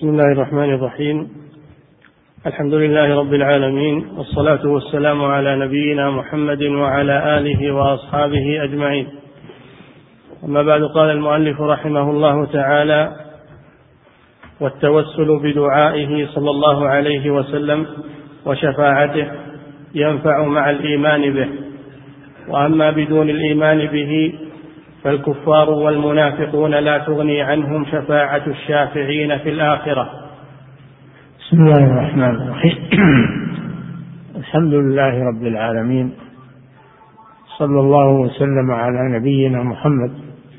بسم الله الرحمن الرحيم. الحمد لله رب العالمين، والصلاة والسلام على نبينا محمد وعلى آله وأصحابه أجمعين. أما بعد، قال المؤلف رحمه الله تعالى: والتوسل بدعائه صلى الله عليه وسلم وشفاعته ينفع مع الإيمان به، وأما بدون الإيمان به فالكفار والمنافقون لا تغني عنهم شفاعة الشافعين في الآخرة. بسم الله الرحمن الرحيم. الحمد لله رب العالمين، صلى الله وسلم على نبينا محمد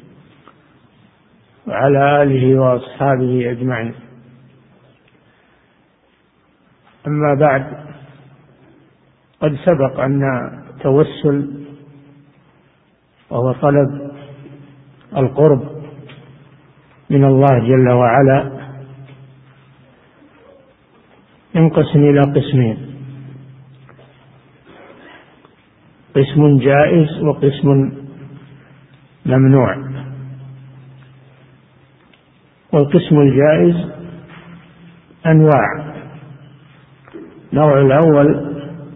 وعلى آله وأصحابه أجمعين. أما بعد، قد سبق أن التوسل وهو طلب القرب من الله جل وعلا ينقسم إلى قسمين: قسم جائز وقسم ممنوع. والقسم الجائز أنواع: النوع الأول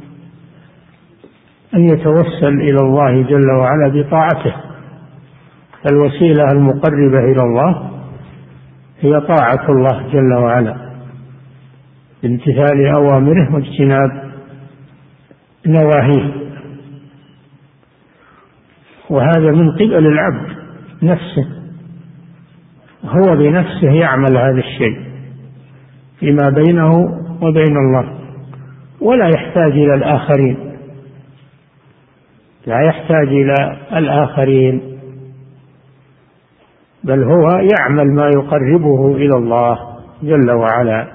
أن يتوسل إلى الله جل وعلا بطاعته، فالوسيلة المقربة إلى الله هي طاعة الله جل وعلا بامتثال أوامره واجتناب نواهيه، وهذا من قبل العبد نفسه، هو بنفسه يعمل هذا الشيء فيما بينه وبين الله، ولا يحتاج إلى الآخرين، لا يحتاج إلى الآخرين، بل هو يعمل ما يقربه إلى الله جل وعلا.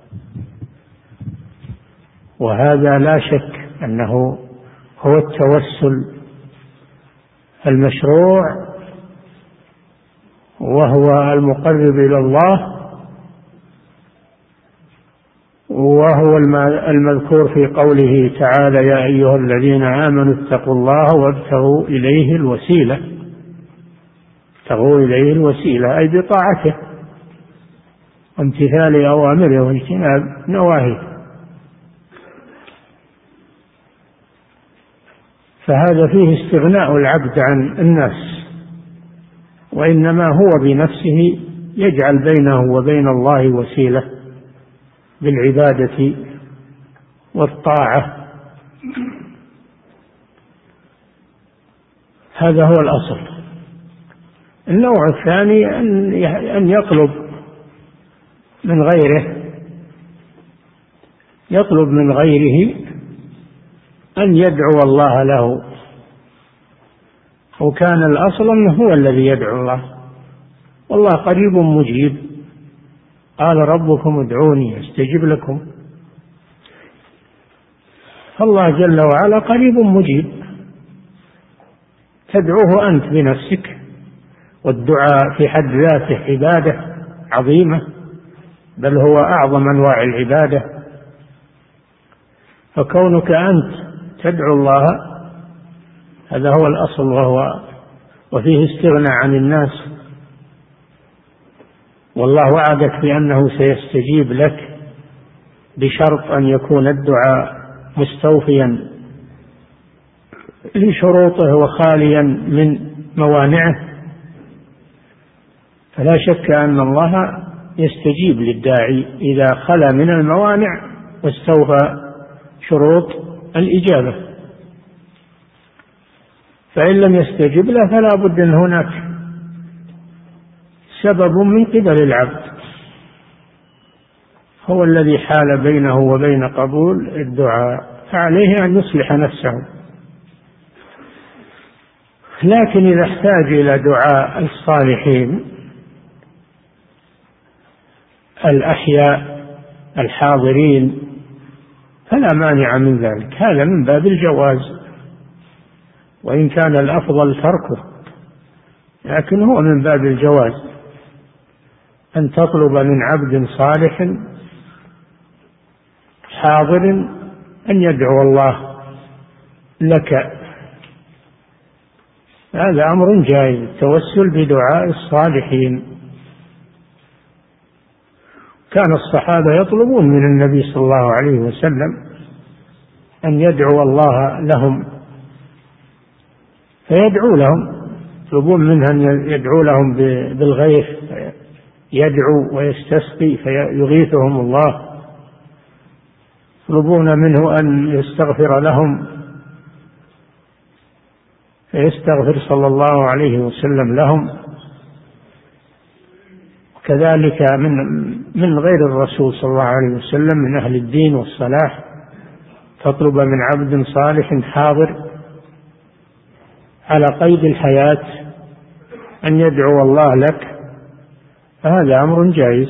وهذا لا شك أنه هو التوسل المشروع، وهو المقرب إلى الله، وهو المذكور في قوله تعالى: يا أيها الذين آمنوا اتقوا الله وابتغوا إليه الوسيلة. ابتغوا إليه الوسيلة أي بطاعته وامتثال أوامره واجتناب نواهيه. فهذا فيه استغناء العبد عن الناس، وإنما هو بنفسه يجعل بينه وبين الله وسيلة بالعبادة والطاعة. هذا هو الأصل. النوع الثاني أن يطلب من غيره، يطلب من غيره أن يدعو الله له، وكان الأصل أنه هو الذي يدعو الله، والله قريب مجيب. قال ربكم ادعوني استجب لكم. فالله جل وعلا قريب مجيب، تدعوه أنت بنفسك، والدعاء في حد ذاته عبادة عظيمة، بل هو أعظم أنواع العبادة. فكونك أنت تدعو الله هذا هو الأصل، وفيه استغنى عن الناس، والله وعدك بأنه سيستجيب لك بشرط أن يكون الدعاء مستوفيا لشروطه وخاليا من موانعه. فلا شك أن الله يستجيب للداعي إذا خلا من الموانع واستوفى شروط الإجابة. فإن لم يستجب له فلا بد أن هناك سبب من قبل العبد هو الذي حال بينه وبين قبول الدعاء، فعليه أن يصلح نفسه. لكن إذا احتاج إلى دعاء الصالحين الأحياء الحاضرين فلا مانع من ذلك، هذا من باب الجواز، وإن كان الأفضل تركه، لكن هو من باب الجواز أن تطلب من عبد صالح حاضر أن يدعو الله لك. هذا أمر جائز، التوسل بدعاء الصالحين. كان الصحابة يطلبون من النبي صلى الله عليه وسلم أن يدعو الله لهم، فيدعو لهم، يطلبون منه أن يدعو لهم بالغيث، يدعو ويستسقي فيغيثهم الله، يطلبون منه أن يستغفر لهم فيستغفر صلى الله عليه وسلم لهم. كذلك من غير الرسول صلى الله عليه وسلم من أهل الدين والصلاح، تطلب من عبد صالح حاضر على قيد الحياة أن يدعو الله لك، فهذا أمر جائز.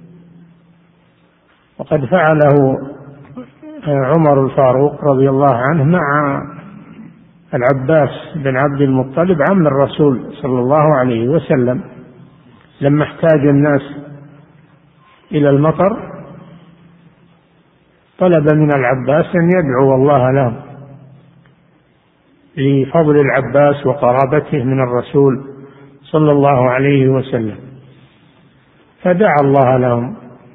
وقد فعله عمر الفاروق رضي الله عنه مع العباس بن عبد المطلب عم الرسول صلى الله عليه وسلم، لما احتاج الناس إلى المطر طلب من العباس أن يدعو الله لهم لفضل العباس وقرابته من الرسول صلى الله عليه وسلم، فدعا الله لهم.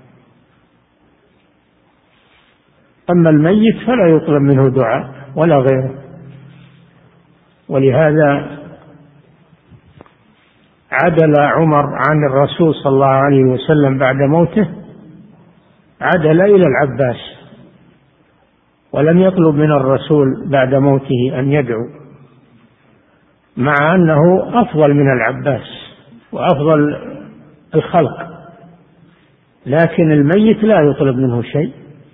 أما الميت فلا يطلب منه دعاء ولا غيره. ولهذا عدل عمر عن الرسول صلى الله عليه وسلم بعد موته، عدل إلى العباس، ولم يطلب من الرسول بعد موته أن يدعو، مع أنه أفضل من العباس وأفضل الخلق، لكن الميت لا يطلب منه شيء،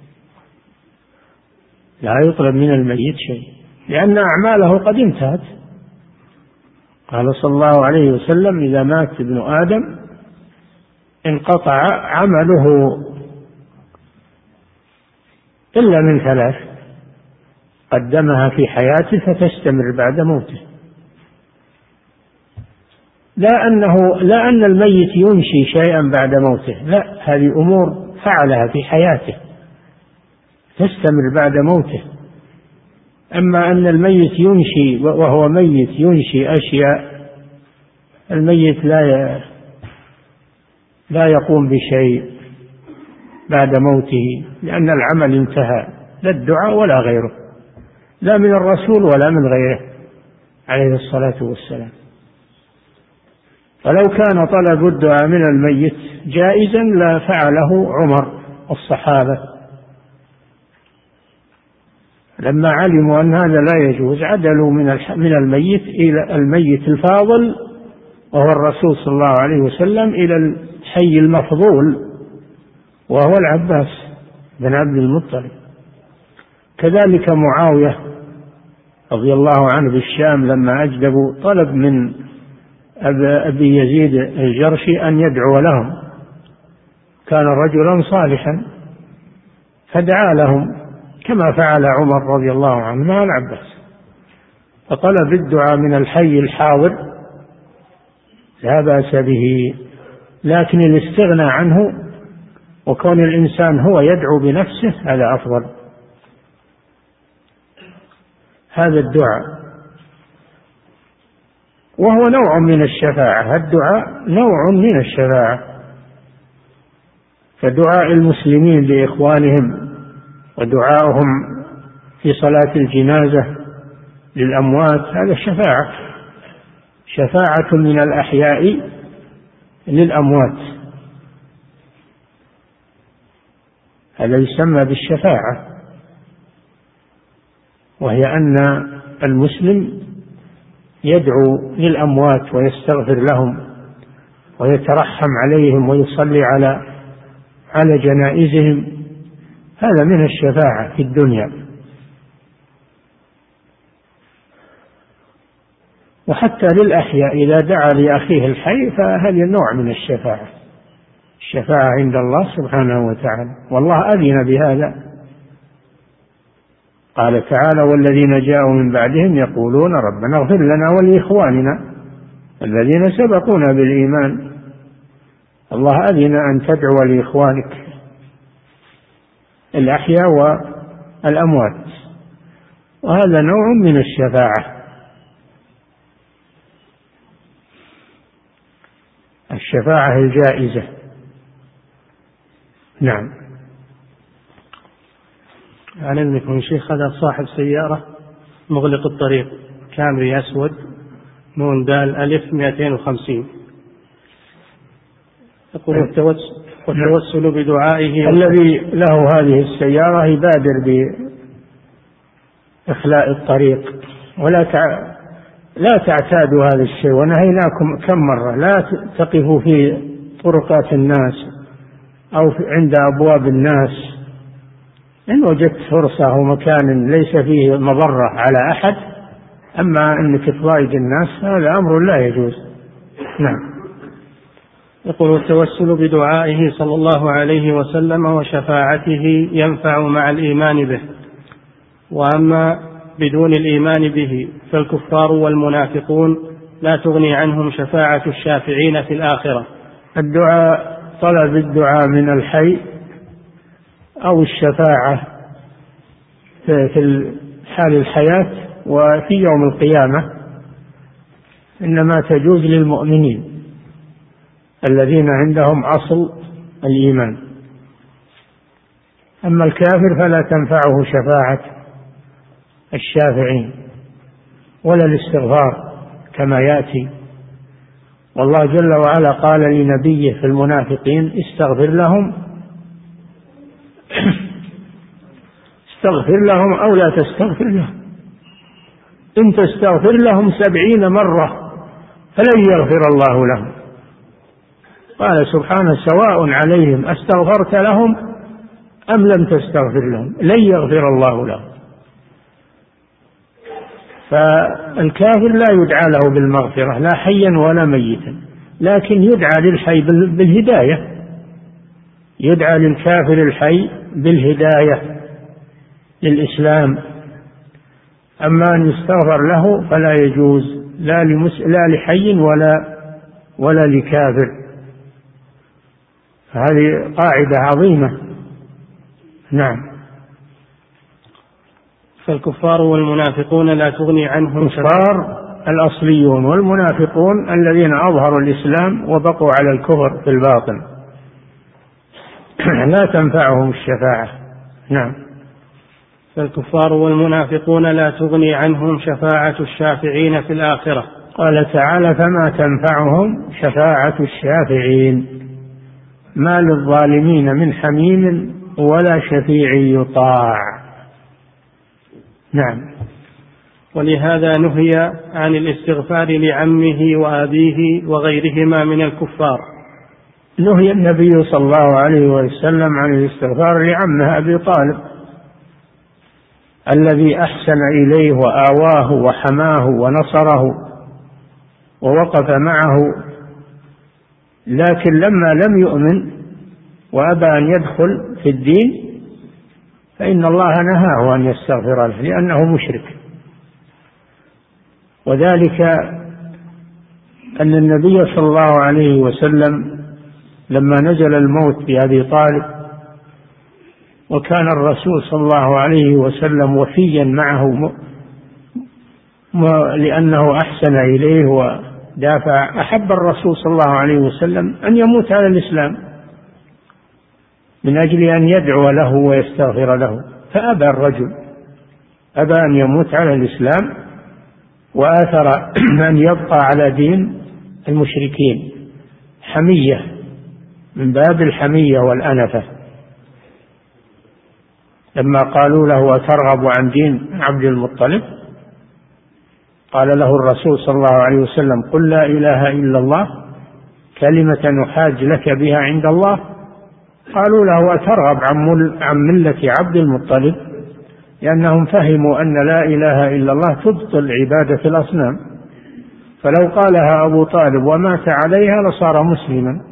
لا يطلب من الميت شيء، لأن أعماله قد انتهت. قال صلى الله عليه وسلم: إذا مات ابن آدم انقطع عمله إلا من ثلاث قدمها في حياته فتستمر بعد موته. لا أن الميت ينشي شيئا بعد موته، لا، هذه أمور فعلها في حياته تستمر بعد موته. أما أن الميت ينشي وهو ميت ينشي أشياء، الميت لا يقوم بشيء بعد موته، لأن العمل انتهى، لا الدعاء ولا غيره، لا من الرسول ولا من غيره عليه الصلاة والسلام. فلو كان طلب الدعاء من الميت جائزا لفعله عمر والصحابة، لما علموا أن هذا لا يجوز عدلوا من الميت إلى الميت الفاضل وهو الرسول صلى الله عليه وسلم إلى الحي المفضول وهو العباس بن عبد المطلب. كذلك معاوية رضي الله عنه بالشام لما أجدبوا طلب من أبي يزيد الجرشي أن يدعو لهم، كان رجلا صالحا فدعا لهم كما فعل عمر رضي الله عنه مع العباس، فطلب الدعاء من الحي الحاضر لا بأس به، لكن الاستغنى عنه وكون الإنسان هو يدعو بنفسه هذا أفضل. هذا الدعاء وهو نوع من الشفاعة، الدعاء نوع من الشفاعة، فدعاء المسلمين لإخوانهم ودعاؤهم في صلاة الجنازة للأموات هذا شفاعة من الأحياء للأموات، هذا يسمى بالشفاعة، وهي أن المسلم يدعو للأموات ويستغفر لهم ويترحم عليهم ويصلي على جنائزهم، هذا من الشفاعة في الدنيا. وحتى للأحياء إذا دعا لأخيه الحي فهذا نوع من الشفاعة عند الله سبحانه وتعالى، والله أذن بهذا. قال تعالى: والذين جاءوا من بعدهم يقولون ربنا اغفر لنا ولإخواننا الذين سبقونا بالإيمان. الله أذن أن تدعو لإخوانك الأحياء والأموات، وهذا نوع من الشفاعة الجائزة. نعم. عن ابنكم شيخ، هذا صاحب سيارة مغلق الطريق كامري أسود نون دال ألف 250، يقول والتوسل بدعائه. الذي له هذه السيارة يبادر بإخلاء الطريق، لا تعتادوا هذا الشيء، ونهيناكم كم مرة لا تقفوا في طرقات الناس أو عند أبواب الناس. إن وجدت فرصة ومكان ليس فيه مضرة على أحد، أما أنك تضايق الناس هذا أمر لا يجوز. نعم. يقول التوسل بدعائه صلى الله عليه وسلم وشفاعته ينفع مع الإيمان به، وأما بدون الإيمان به فالكفار والمنافقون لا تغني عنهم شفاعة الشافعين في الآخرة. الدعاء، طلب الدعاء من الحي أو الشفاعة في حال الحياة وفي يوم القيامة إنما تجوز للمؤمنين الذين عندهم أصل الإيمان. أما الكافر فلا تنفعه شفاعة الشافعين ولا الاستغفار كما يأتي. والله جل وعلا قال لنبيه في المنافقين استغفر لهم أو لا تستغفر لهم، إن تستغفر لهم 70 مرة فلن يغفر الله لهم. قال سبحانه سواء عليهم أستغفرت لهم أم لم تستغفر لهم لن يغفر الله لهم. فالكافر لا يدعى له بالمغفرة لا حيا ولا ميتا، لكن يدعى للحي بالهداية، يدعى للكافر الحي بالهداية للإسلام. أما أن يستغفر له فلا يجوز لا لحي ولا لكافر. هذه قاعدة عظيمة. نعم. فالكفار والمنافقون لا تغني عنهم الكفار الأصليون والمنافقون الذين أظهروا الإسلام وبقوا على الكفر في الباطن لا تنفعهم الشفاعة. نعم. فالكفار والمنافقون لا تغني عنهم شفاعة الشافعين في الآخرة. قال تعالى فما تنفعهم شفاعة الشافعين، ما للظالمين من حميم ولا شفيع يطاع. نعم. ولهذا نهي عن الاستغفار لعمه وأبيه وغيرهما من الكفار. نهي النبي صلى الله عليه وسلم عن الاستغفار لعمه أبي طالب الذي أحسن إليه وآواه وحماه ونصره ووقف معه، لكن لما لم يؤمن وأبى أن يدخل في الدين فإن الله نهاه أن يستغفر له لأنه مشرك. وذلك أن النبي صلى الله عليه وسلم لما نزل الموت بأبي طالب وكان الرسول صلى الله عليه وسلم وفيا معه لأنه أحسن إليه ودافع، أحب الرسول صلى الله عليه وسلم أن يموت على الإسلام من أجل أن يدعو له ويستغفر له، فأبى الرجل، أبى أن يموت على الإسلام وآثر أن يبقى على دين المشركين، حمية من باب الحمية والأنفة. لما قالوا له أترغب عن دين عبد المطلب قال له الرسول صلى الله عليه وسلم قل لا إله إلا الله كلمة نحاج لك بها عند الله. قالوا له أترغب عن ملة عبد المطلب، لأنهم فهموا أن لا إله إلا الله تبطل عبادة الأصنام، فلو قالها أبو طالب ومات عليها لصار مسلما،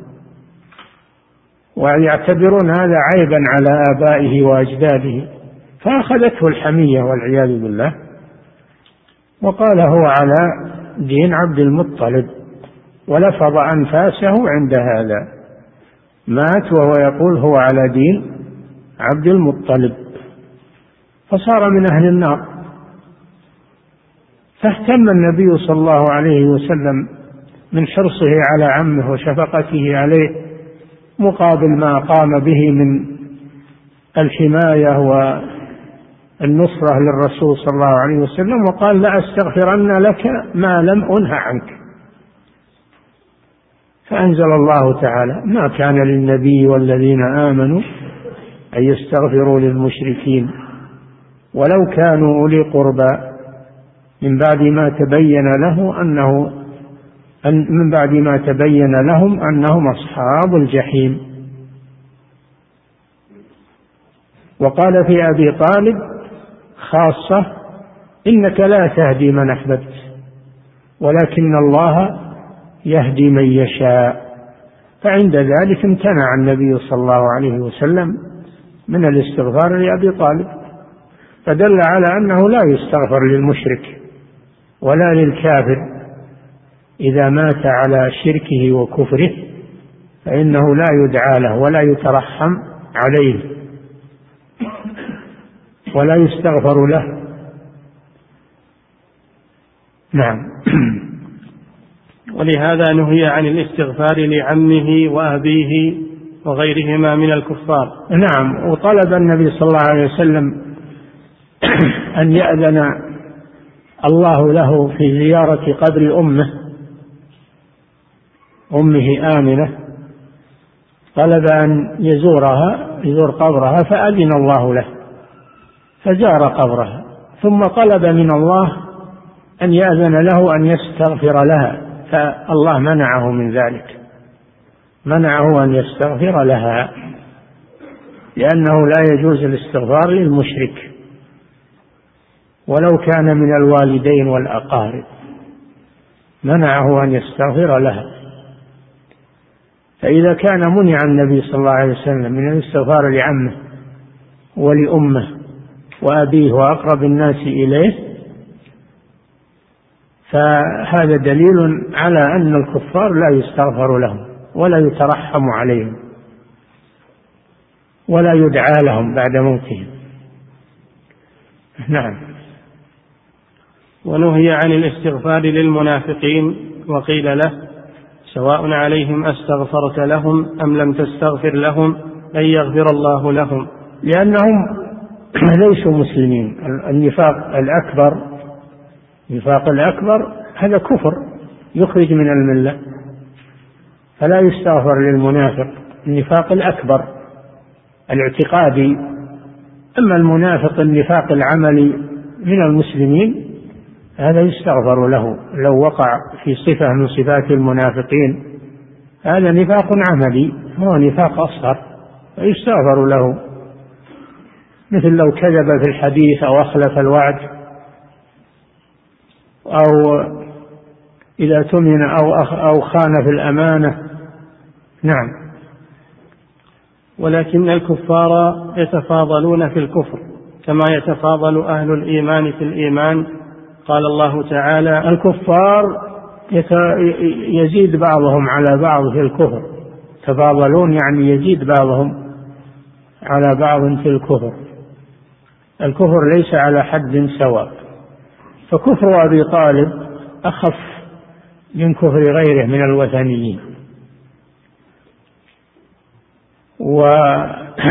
ويعتبرون هذا عيبا على آبائه وأجداده، فأخذته الحمية والعياذ بالله وقال هو على دين عبد المطلب، ولفظ أنفاسه عند هذا، مات وهو يقول هو على دين عبد المطلب، فصار من أهل النار. فاهتم النبي صلى الله عليه وسلم من حرصه على عمه وشفقته عليه مقابل ما قام به من الحماية والنصرة للرسول صلى الله عليه وسلم، وقال لأستغفرن لك ما لم أنه عنك. فأنزل الله تعالى: ما كان للنبي والذين آمنوا أن يستغفروا للمشركين ولو كانوا أولي قربى من بعد ما تبين لهم أنهم أصحاب الجحيم. وقال في أبي طالب خاصة: إنك لا تهدي من أحببت ولكن الله يهدي من يشاء. فعند ذلك امتنع النبي صلى الله عليه وسلم من الاستغفار لأبي طالب، فدل على أنه لا يستغفر للمشرك ولا للكافر إذا مات على شركه وكفره، فإنه لا يدعى له ولا يترحم عليه ولا يستغفر له. نعم. ولهذا نهي عن الاستغفار لعمه وأبيه وغيرهما من الكفار. نعم. وطلب النبي صلى الله عليه وسلم أن يأذن الله له في زيارة قبر أمه آمنة، طلب أن يزور قبرها فأذن الله له فزار قبرها، ثم طلب من الله أن يأذن له أن يستغفر لها، فالله منعه من ذلك، منعه أن يستغفر لها، لأنه لا يجوز الاستغفار للمشرك ولو كان من الوالدين والأقارب، منعه أن يستغفر لها. فإذا كان منع النبي صلى الله عليه وسلم من الاستغفار لعمه ولأمه وأبيه وأقرب الناس إليه، فهذا دليل على أن الكفار لا يستغفر لهم ولا يترحم عليهم ولا يدعى لهم بعد موتهم. نعم. ونهي عن الاستغفار للمنافقين، وقيل له: سواء عليهم أستغفرت لهم أم لم تستغفر لهم لن يغفر الله لهم، لأنهم ليسوا مسلمين. النفاق الأكبر هذا كفر يخرج من الملة، فلا يستغفر للمنافق النفاق الأكبر الاعتقادي. أما المنافق النفاق العملي من المسلمين هذا يستغفر له لو وقع في صفة من صفات المنافقين، هذا نفاق عملي، هو نفاق أصغر فيستغفر له، مثل لو كذب في الحديث أو أخلف الوعد أو إذا تمن أو خان في الأمانة. نعم. ولكن الكفار يتفاضلون في الكفر كما يتفاضل أهل الإيمان في الإيمان. قال الله تعالى: الكفار يزيد بعضهم على بعض في الكفر، تفاضلون يعني يزيد بعضهم على بعض في الكفر. الكفر ليس على حد سواء، فكفر أبي طالب أخف من كفر غيره من الوثنيين، وكفر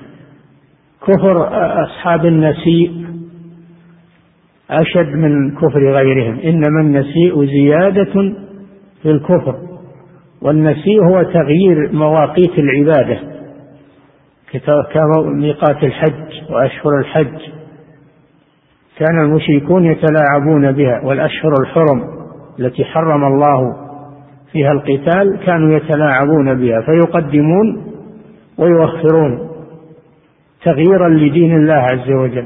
أصحاب النسيء أشد من كفر غيرهم. إنما النسيء زيادة في الكفر، والنسيء هو تغيير مواقيت العبادة كميقات الحج وأشهر الحج، كان المشركون يتلاعبون بها، والأشهر الحرم التي حرم الله فيها القتال كانوا يتلاعبون بها، فيقدمون ويؤخرون تغييرا لدين الله عز وجل،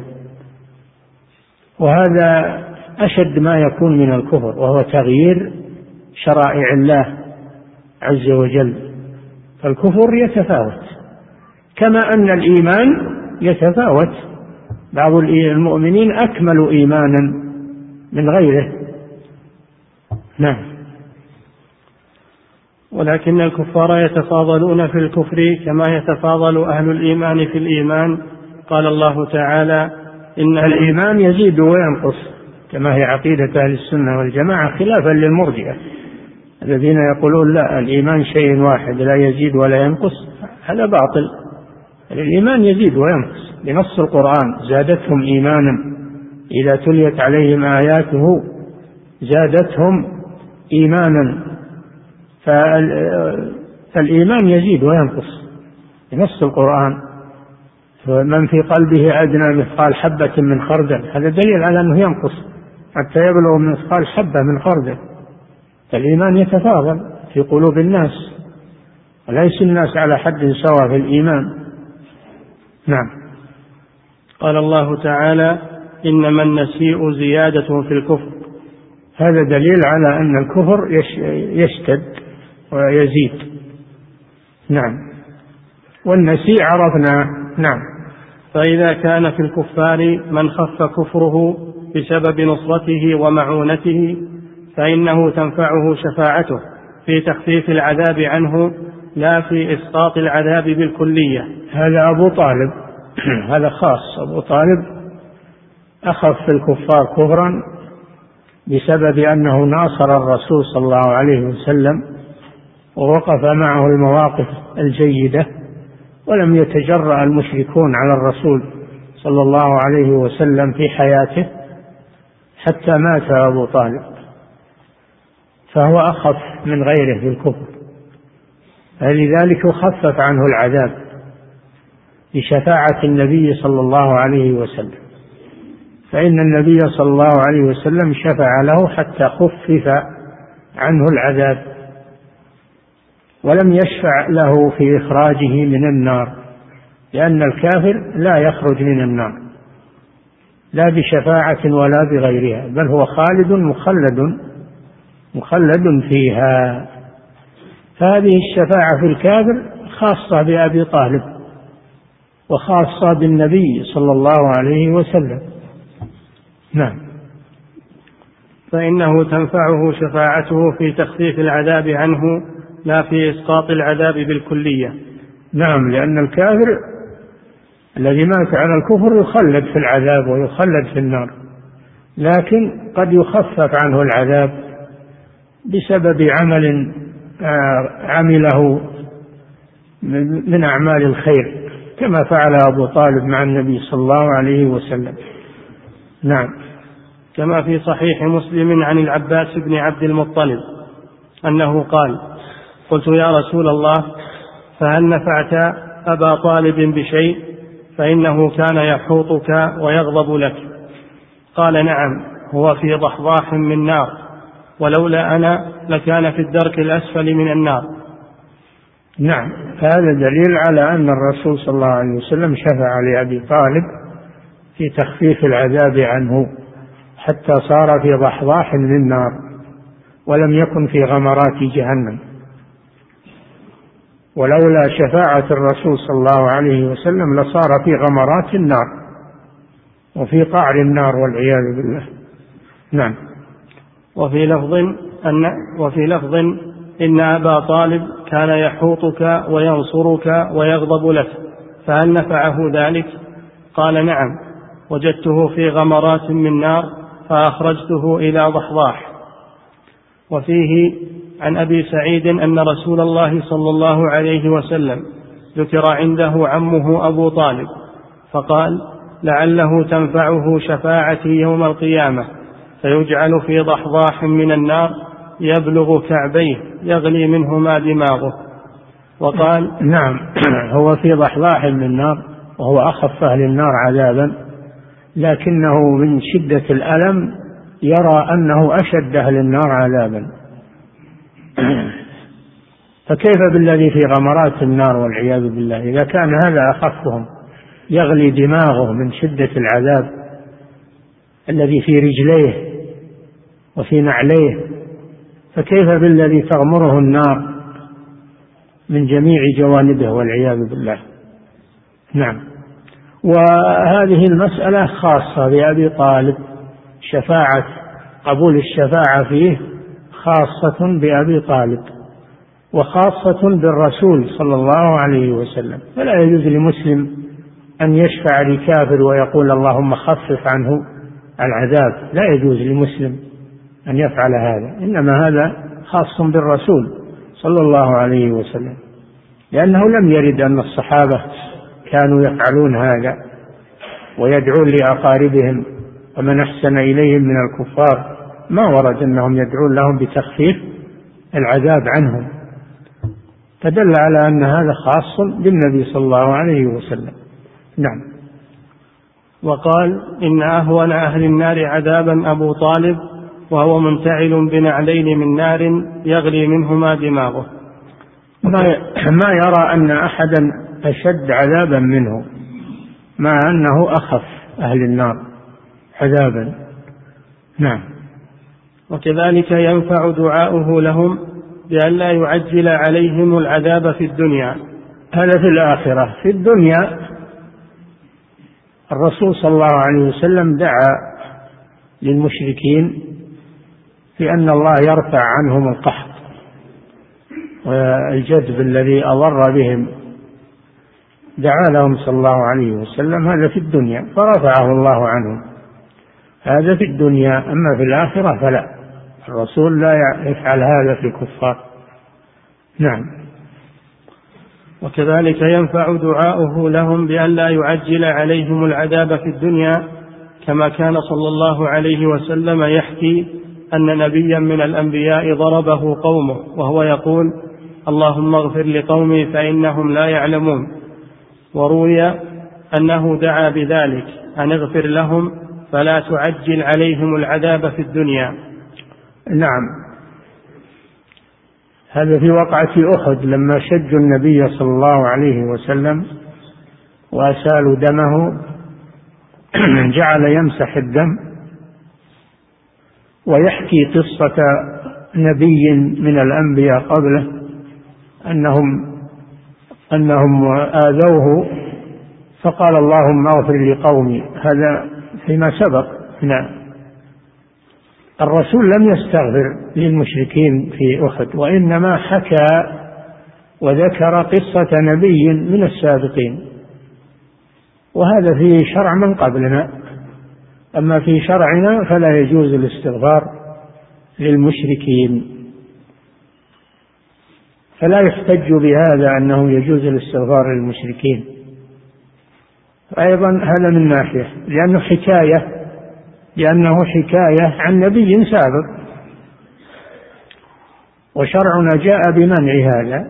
وهذا أشد ما يكون من الكفر، وهو تغيير شرائع الله عز وجل. فالكفر يتفاوت كما أن الإيمان يتفاوت، بعض المؤمنين أكمل إيمانا من غيره. نعم. ولكن الكفار يتفاضلون في الكفر كما يتفاضل أهل الإيمان في الإيمان. قال الله تعالى: إن الإيمان يزيد وينقص، كما هي عقيدة أهل السنة والجماعة، خلافا للمرجئة الذين يقولون لا، الإيمان شيء واحد لا يزيد ولا ينقص. هذا باطل. الإيمان يزيد وينقص بنص القرآن: زادتهم إيمانا إذا تليت عليهم آياته زادتهم إيمانا. فالإيمان يزيد وينقص بنص القرآن. من في قلبه أدنى مثقال حبة من خردل، هذا دليل على أنه ينقص حتى يبلغ مثقال حبة من خردل. فالإيمان يتفاضل في قلوب الناس، وليس الناس على حد سواء في الإيمان. نعم. قال الله تعالى: إنما النسيء زيادة في الكفر. هذا دليل على أن الكفر يشتد ويزيد. نعم. والنسيء عرفنا. نعم. فإذا كان في الكفار من خف كفره بسبب نصرته ومعونته فإنه تنفعه شفاعته في تخفيف العذاب عنه لا في إسقاط العذاب بالكلية. هذا أبو طالب هذا خاص. أبو طالب أخف الكفار كفرا بسبب أنه ناصر الرسول صلى الله عليه وسلم ووقف معه المواقف الجيدة، ولم يتجرأ المشركون على الرسول صلى الله عليه وسلم في حياته حتى مات أبو طالب، فهو أخف من غيره في الكفر، فلذلك خفف عنه العذاب بشفاعة النبي صلى الله عليه وسلم. فإن النبي صلى الله عليه وسلم شفع له حتى خفف عنه العذاب، ولم يشفع له في إخراجه من النار، لأن الكافر لا يخرج من النار لا بشفاعة ولا بغيرها، بل هو خالد مخلد فيها. فهذه الشفاعة في الكافر خاصة بأبي طالب وخاصة بالنبي صلى الله عليه وسلم. نعم. فإنه تنفعه شفاعته في تخفيف العذاب عنه لا في إسقاط العذاب بالكلية. نعم، لأن الكافر الذي مات على الكفر يخلد في العذاب ويخلد في النار، لكن قد يخفف عنه العذاب بسبب عمل عمله من أعمال الخير، كما فعل أبو طالب مع النبي صلى الله عليه وسلم. نعم. كما في صحيح مسلم عن العباس بن عبد المطلب أنه قال: قلت يا رسول الله، فهل نفعت أبا طالب بشيء؟ فإنه كان يحوطك ويغضب لك. قال: نعم، هو في ضحضاح من نار، ولولا أنا لكان في الدرك الأسفل من النار. نعم، هذا دليل على أن الرسول صلى الله عليه وسلم شفع لأبي طالب في تخفيف العذاب عنه حتى صار في ضحضاح من النار ولم يكن في غمرات جهنم. ولولا شفاعة الرسول صلى الله عليه وسلم لصار في غمرات النار وفي قعر النار والعياذ بالله. نعم. وفي لفظ إن أبا طالب كان يحوطك وينصرك ويغضب لك، فهل نفعه ذلك؟ قال: نعم، وجدته في غمرات من نار فأخرجته إلى ضحضاح. وفيه عن أبي سعيد أن رسول الله صلى الله عليه وسلم ذكر عنده عمه أبو طالب فقال: لعله تنفعه شفاعتي يوم القيامة، فيجعل في ضحضاح من النار يبلغ كعبيه يغلي منهما دماغه. وقال: نعم، هو في ضحضاح من النار وهو أخف أهل النار عذابا، لكنه من شدة الألم يرى أنه أشد أهل النار عذابا. فكيف بالذي في غمرات النار والعياذ بالله؟ إذا كان هذا أخفهم يغلي دماغه من شدة العذاب الذي في رجليه وفي نعليه، فكيف بالذي تغمره النار من جميع جوانبه والعياذ بالله. نعم. وهذه المسألة خاصة بأبي طالب، قبول الشفاعة فيه خاصة بأبي طالب وخاصة بالرسول صلى الله عليه وسلم. فلا يجوز لمسلم أن يشفع لكافر ويقول اللهم خفف عنه العذاب، لا يجوز لمسلم أن يفعل هذا، إنما هذا خاص بالرسول صلى الله عليه وسلم. لأنه لم يرد أن الصحابة كانوا يفعلون هذا ويدعون لأقاربهم ومن أحسن إليهم من الكفار، ما ورد أنهم يدعون لهم بتخفيف العذاب عنهم، فدل على أن هذا خاص بالنبي صلى الله عليه وسلم. نعم. وقال: إن أهون أهل النار عذابا أبو طالب وهو منتعل بنعلين من نار يغلي منهما دماغه. ما يرى أن أحدا أشد عذابا منه، مع أنه أخف أهل النار عذابا. نعم. وكذلك ينفع دعاؤه لهم بأن لا يعجل عليهم العذاب في الدنيا. هذا في الآخرة. في الدنيا الرسول صلى الله عليه وسلم دعا للمشركين في أن الله يرفع عنهم القحط والجدب الذي أضر بهم، دعا لهم صلى الله عليه وسلم، هذا في الدنيا فرفعه الله عنهم، هذا في الدنيا. أما في الآخرة فلا، الرسول لا يفعل هذا في الكفار. نعم. وكذلك ينفع دعاؤه لهم بأن لا يعجل عليهم العذاب في الدنيا، كما كان صلى الله عليه وسلم يحكي أن نبيا من الأنبياء ضربه قومه وهو يقول: اللهم اغفر لقومي فإنهم لا يعلمون. وروي أنه دعا بذلك أن اغفر لهم فلا تعجل عليهم العذاب في الدنيا. نعم. هذا في وقعة أحد لما شجوا النبي صلى الله عليه وسلم وأسالوا دمه جعل يمسح الدم ويحكي قصة نبي من الأنبياء قبله أنهم آذوه فقال اللهم اغفر لقومي، هذا فيما سبق. نعم. الرسول لم يستغفر للمشركين في أحد، وإنما حكى وذكر قصة نبي من السابقين، وهذا في شرع من قبلنا. أما في شرعنا فلا يجوز الاستغفار للمشركين، فلا يحتج بهذا أنه يجوز الاستغفار للمشركين. أيضا هذا من ناحية لأنه حكاية عن نبي سابق، وشرعنا جاء بمنع هذا.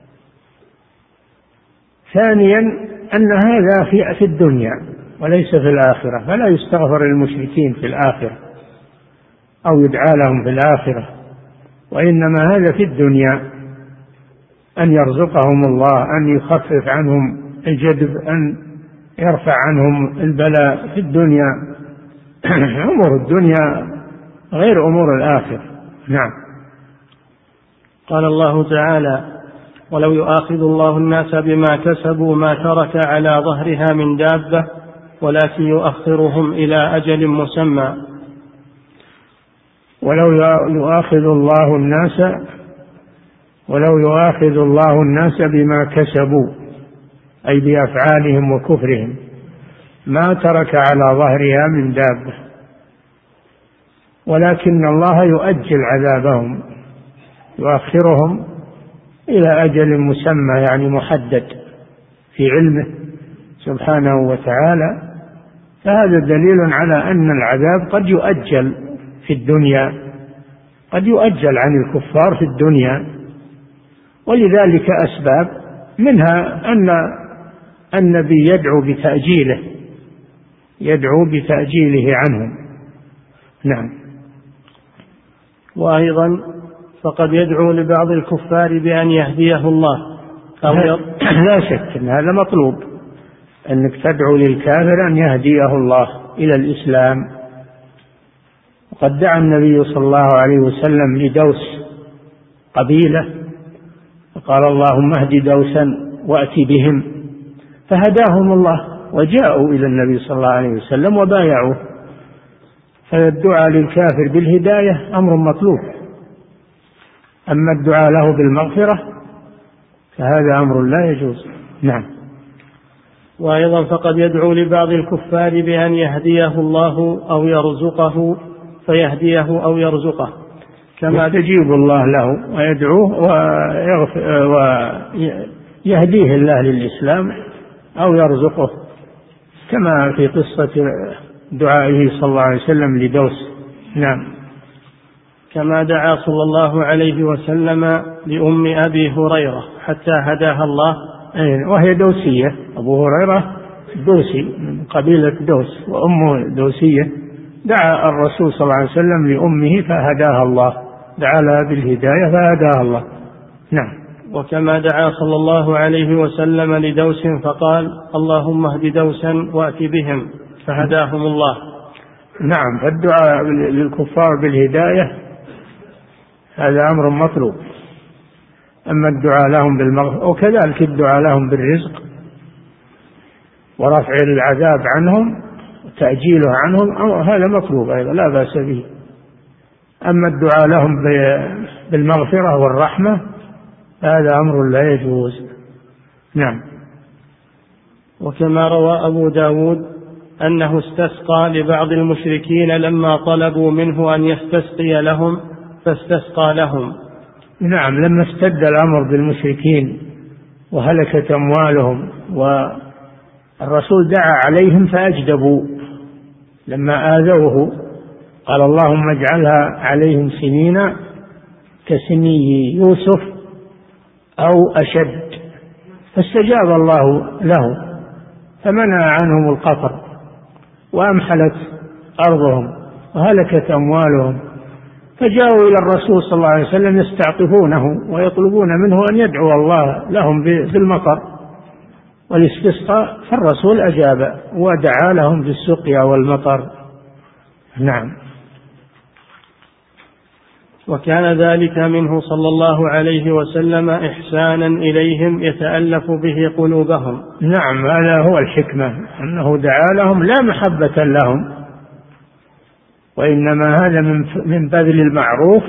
ثانيا أن هذا في الدنيا وليس في الآخرة، فلا يستغفر للمشركين في الآخرة أو يدعى لهم في الآخرة، وإنما هذا في الدنيا، أن يرزقهم الله، أن يخفف عنهم الجدب، أن يرفع عنهم البلاء في الدنيا. أمور الدنيا غير أمور الآخرة. نعم. قال الله تعالى: ولو يؤاخذ الله الناس بما كسبوا ما ترك على ظهرها من دابة ولكن يؤخرهم إلى أجل مسمى. ولو يؤاخذ الله الناس بما كسبوا، أي بأفعالهم وكفرهم، ما ترك على ظهرها من دابة، ولكن الله يؤجل عذابهم، يؤخرهم إلى أجل مسمى، يعني محدد في علمه سبحانه وتعالى. فهذا دليل على أن العذاب قد يؤجل في الدنيا، قد يؤجل عن الكفار في الدنيا، ولذلك أسباب، منها أن النبي يدعو بتأجيله عنهم. نعم. وأيضا فقد يدعو لبعض الكفار بأن يهديه الله. لا شك أن هذا مطلوب، أنك تدعو للكافر أن يهديه الله إلى الإسلام. وقد دعا النبي صلى الله عليه وسلم لدوس قبيلة فقال اللهم اهد دوسا وأت بهم، فهداهم الله وجاءوا إلى النبي صلى الله عليه وسلم وبايعوه. فالدعاء للكافر بالهداية أمر مطلوب، أما الدعاء له بالمغفرة فهذا أمر لا يجوز. نعم. وأيضا فقد يدعو لبعض الكفار بأن يهديه الله أو يرزقه، فيهديه أو يرزقه، كما يستجيب الله له ويدعوه يهديه الله للإسلام أو يرزقه، كما في قصة دعائه صلى الله عليه وسلم لدوس. نعم. كما دعا صلى الله عليه وسلم لأم أبي هريرة حتى هداها الله، وهي دوسية، أبو هريرة دوسي من قبيلة دوس وأمه دوسية. دعا الرسول صلى الله عليه وسلم لأمه فهداها الله، دعا لها بالهداية فهداها الله. نعم. وكما دعا صلى الله عليه وسلم لدوس فقال اللهم اهد دوسا وأت بهم فهداهم الله. نعم. فالدعاء للكفار بالهداية هذا أمر مطلوب. أما الدعاء لهم بالمغفرة وكذلك الدعاء لهم بالرزق ورفع العذاب عنهم وتأجيله عنهم هذا مطلوب أيضا لا بأس به. أما الدعاء لهم بالمغفرة والرحمة هذا أمر لا يجوز. نعم. وكما روى أبو داود أنه استسقى لبعض المشركين لما طلبوا منه أن يستسقي لهم فاستسقى لهم. نعم. لما اشتد الأمر بالمشركين وهلكت أموالهم والرسول دعا عليهم فأجدبوا لما آذوه، قال اللهم اجعلها عليهم سنين كسني يوسف أو أشد، فاستجاب الله له فمنع عنهم القطر وأمحلت أرضهم وهلكت أموالهم، فجاءوا إلى الرسول صلى الله عليه وسلم يستعطفونه ويطلبون منه أن يدعو الله لهم بالمطر والاستسقاء، فالرسول أجاب ودعا لهم بالسقيا والمطر. نعم. وكان ذلك منه صلى الله عليه وسلم إحسانا إليهم يتألف به قلوبهم. نعم. هذا هو الحكمة، أنه دعا لهم لا محبة لهم، وإنما هذا من بذل المعروف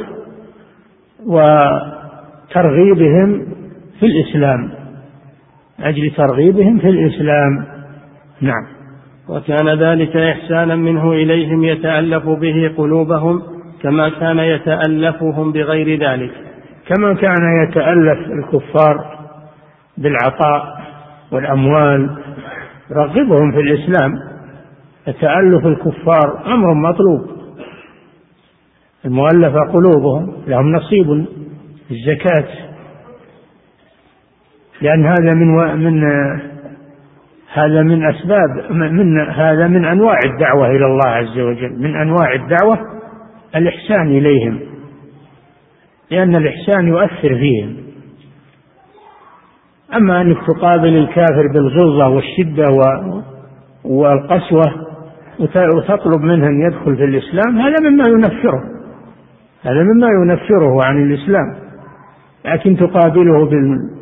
وترغيبهم في الإسلام، أجل ترغيبهم في الإسلام. نعم. وكان ذلك إحسانا منه إليهم يتألف به قلوبهم كما كان يتألفهم بغير ذلك، كما كان يتألف الكفار بالعطاء والأموال رغبهم في الإسلام. تألف الكفار أمر مطلوب، المؤلفة قلوبهم لهم نصيب في الزكاة، لأن هذا من أنواع الدعوة إلى الله عز وجل، من أنواع الدعوة الإحسان إليهم، لأن الإحسان يؤثر فيهم. أما أنك تقابل الكافر بالغلظة والشدة والقسوة وتطلب منه أن يدخل في الإسلام، هذا مما ينفره عن الإسلام. لكن تقابله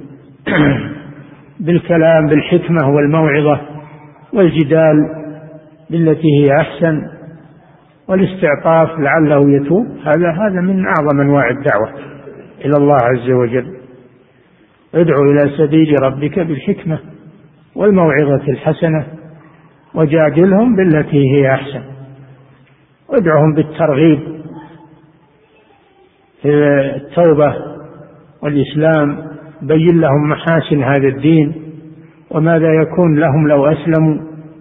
بالكلام بالحكمة والموعظة والجدال بالتي هي أحسن والاستعطاف لعله يتوب، هذا من أعظم أنواع الدعوة إلى الله عز وجل. ادعو إلى سبيل ربك بالحكمة والموعظة الحسنة وجادلهم بالتي هي أحسن، وادعهم بالترغيب في التوبة والإسلام، بين لهم محاسن هذا الدين وماذا يكون لهم لو أسلموا،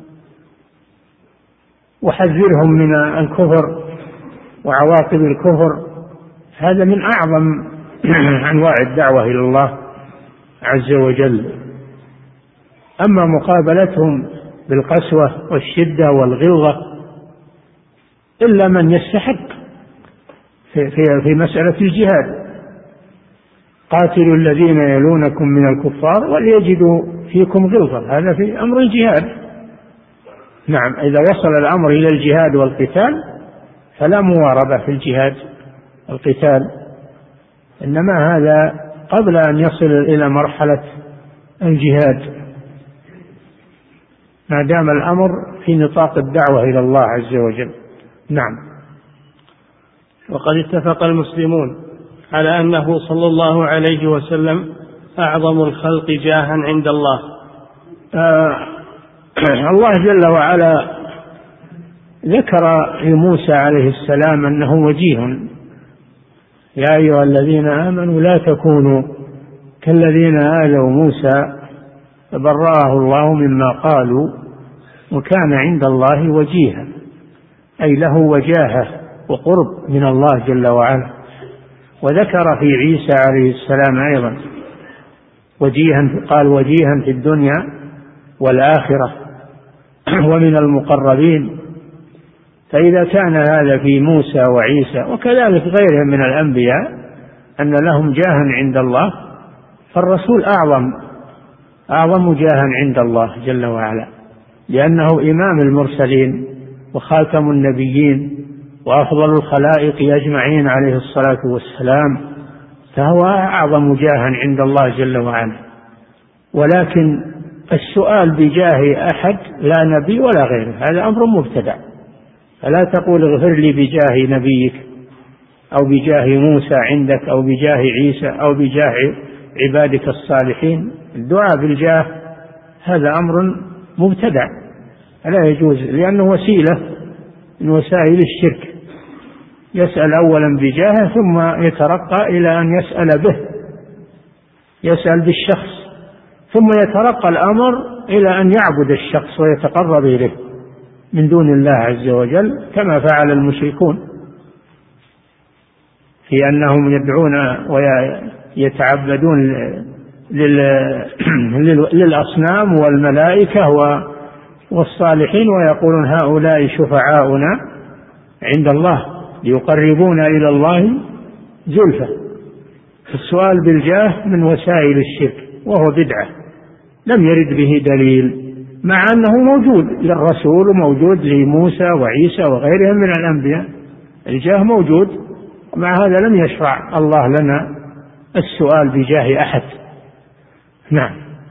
وحذرهم من الكفر وعواقب الكفر. هذا من أعظم أنواع الدعوة إلى الله عز وجل. أما مقابلتهم بالقسوة والشدة والغلظة إلا من يستحق في مسألة الجهاد، قاتلوا الذين يلونكم من الكفار وليجدوا فيكم غلظة، هذا في أمر الجهاد. نعم. إذا وصل الأمر إلى الجهاد والقتال فلا مواربة في الجهاد والقتال، إنما هذا قبل أن يصل إلى مرحلة الجهاد، ما دام الأمر في نطاق الدعوة إلى الله عز وجل. نعم. وقد اتفق المسلمون على أنه صلى الله عليه وسلم أعظم الخلق جاها عند الله. الله جل وعلا ذكر لموسى عليه السلام أنه وجيه: يا أيها الذين آمنوا لا تكونوا كالذين آذوا موسى فبرأه الله مما قالوا وكان عند الله وجيها، أي له وجاهة وقرب من الله جل وعلا. وذكر في عيسى عليه السلام أيضا وجيها، قال وجيها في الدنيا والآخرة ومن المقربين. فإذا كان هذا في موسى وعيسى وكذلك غيرهم من الأنبياء أن لهم جاها عند الله، فالرسول أعظم جاها عند الله جل وعلا، لأنه إمام المرسلين وخاتم النبيين وأفضل الخلائق أجمعين عليه الصلاة والسلام، فهو أعظم جاها عند الله جل وعلا. ولكن السؤال بجاه أحد لا نبي ولا غيره هذا أمر مبتدع، فلا تقول اغفر لي بجاه نبيك أو بجاه موسى عندك أو بجاه عيسى أو بجاه عبادك الصالحين. الدعاء بالجاه هذا أمر مبتدع لا يجوز، لأنه وسيلة من وسائل الشرك. يسأل أولا بجاهه ثم يترقى إلى أن يسأل به، يسأل بالشخص ثم يترقى الأمر إلى أن يعبد الشخص ويتقرب إليه من دون الله عز وجل، كما فعل المشركون في أنهم يدعون ويتعبدون للأصنام والملائكة والصالحين ويقولون هؤلاء شفعاؤنا عند الله ليقربونا إلى الله زلفى. السؤال بالجاه من وسائل الشرك وهو بدعة لم يرد به دليل، مع أنه موجود للرسول وموجود لموسى وعيسى وغيرهم من الأنبياء، الجاه موجود، مع هذا لم يشرع الله لنا السؤال بجاه أحد. نعم.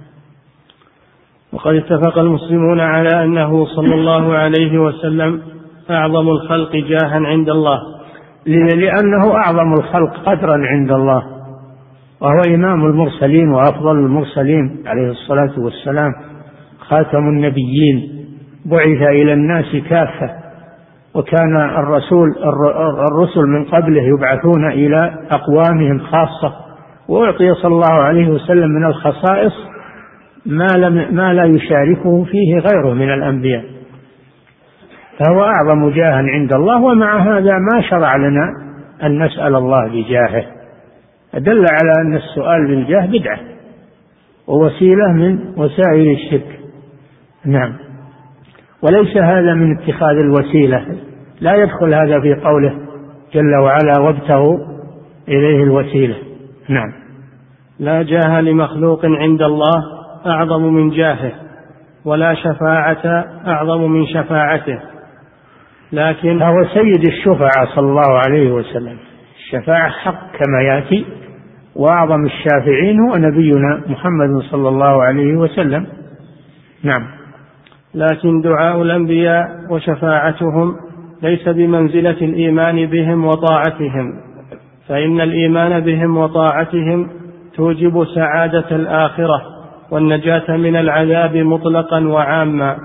وقد اتفق المسلمون على أنه صلى الله عليه وسلم أعظم الخلق جاها عند الله، لأنه أعظم الخلق قدرا عند الله، وهو إمام المرسلين وأفضل المرسلين عليه الصلاة والسلام، خاتم النبيين، بعث إلى الناس كافة، وكان الرسل من قبله يبعثون إلى أقوامهم خاصة، وأعطي صلى الله عليه وسلم من الخصائص ما لا يشاركه فيه غيره من الأنبياء، فهو أعظم جاها عند الله. ومع هذا ما شرع لنا أن نسأل الله بجاهه، دل على أن السؤال بالجاه بدعة ووسيلة من وسائل الشرك. نعم. وليس هذا من اتخاذ الوسيلة، لا يدخل هذا في قوله جل وعلا وابتغوا إليه الوسيلة. نعم. لا جاه لمخلوق عند الله أعظم من جاهه، ولا شفاعة أعظم من شفاعته، لكن هو سيد الشفعاء صلى الله عليه وسلم، الشفاعة حق كما يأتي، وأعظم الشافعين هو نبينا محمد صلى الله عليه وسلم. نعم. لكن دعاء الأنبياء وشفاعتهم ليس بمنزلة الإيمان بهم وطاعتهم، فإن الإيمان بهم وطاعتهم توجب سعادة الآخرة والنجاة من العذاب مطلقا وعاما.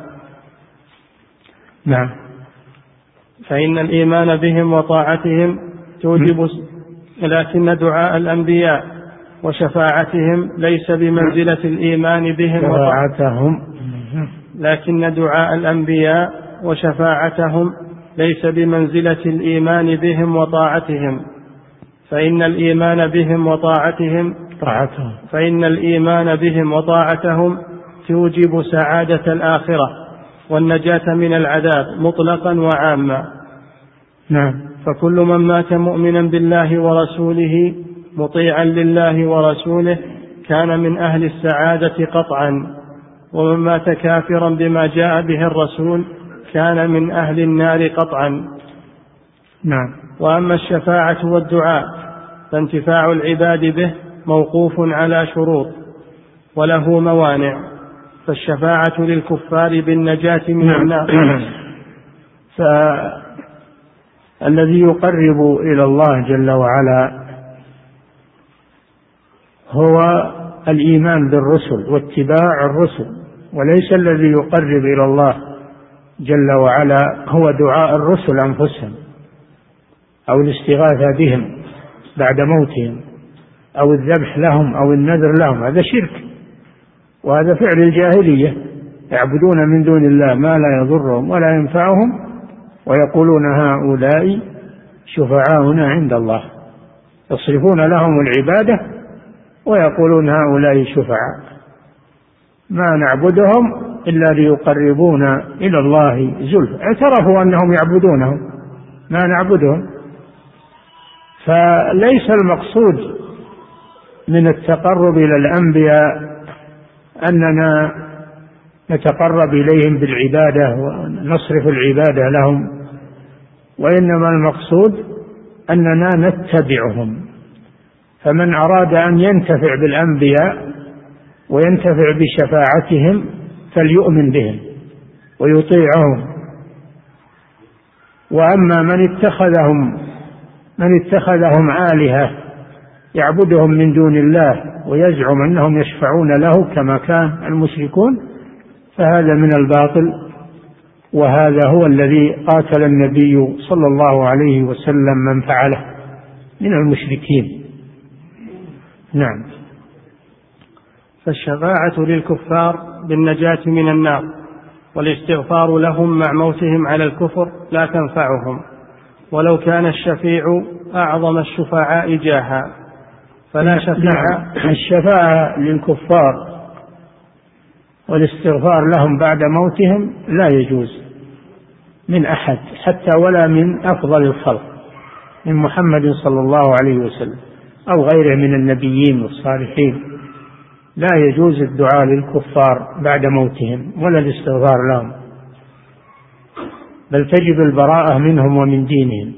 نعم. فإن الإيمان بهم وطاعتهم توجب، لكن دعاء الأنبياء وشفاعتهم ليس بمنزلة الإيمان بهم وطاعتهم، لكن دعاء الأنبياء وشفاعتهم ليس بمنزلة الإيمان بهم وطاعتهم، فإن الإيمان بهم وطاعتهم توجب سعادة الآخرة والنجاة من العذاب مطلقا وعاما. نعم. فكل من مات مؤمنا بالله ورسوله مطيعا لله ورسوله كان من أهل السعادة قطعا، ومن مات كافرا بما جاء به الرسول كان من أهل النار قطعا. نعم. وأما الشفاعة والدعاء فانتفاع العباد به موقوف على شروط وله موانع، فالشفاعة للكفار بالنجاة من النار. فالذي يقرب إلى الله جل وعلا هو الإيمان بالرسل واتباع الرسل، وليس الذي يقرب إلى الله جل وعلا هو دعاء الرسل أنفسهم أو الاستغاثة بهم بعد موتهم، أو الذبح لهم أو النذر لهم، هذا شرك، وهذا فعل الجاهلية، يعبدون من دون الله ما لا يضرهم ولا ينفعهم ويقولون هؤلاء شفعاؤنا عند الله، يصرفون لهم العبادة ويقولون هؤلاء شفعاء، ما نعبدهم إلا ليقربونا إلى الله زلفى، اعترفوا أنهم يعبدونهم، ما نعبدهم. فليس المقصود من التقرب إلى الأنبياء أننا نتقرب إليهم بالعبادة ونصرف العبادة لهم، وإنما المقصود أننا نتبعهم. فمن أراد أن ينتفع بالأنبياء وينتفع بشفاعتهم فليؤمن بهم ويطيعهم. وأما من اتخذهم آلهة يعبدهم من دون الله ويزعم أنهم يشفعون له كما كان المشركون فهذا من الباطل، وهذا هو الذي قاتل النبي صلى الله عليه وسلم من فعله من المشركين. نعم. فالشفاعة للكفار بالنجاة من النار والاستغفار لهم مع موتهم على الكفر لا تنفعهم، ولو كان الشفيع أعظم الشفعاء جاها فلا شفيع. الشفاعة للكفار والاستغفار لهم بعد موتهم لا يجوز من أحد، حتى ولا من أفضل الخلق من محمد صلى الله عليه وسلم أو غيره من النبيين والصالحين، لا يجوز الدعاء للكفار بعد موتهم ولا الاستغفار لهم، بل تجب البراءة منهم ومن دينهم،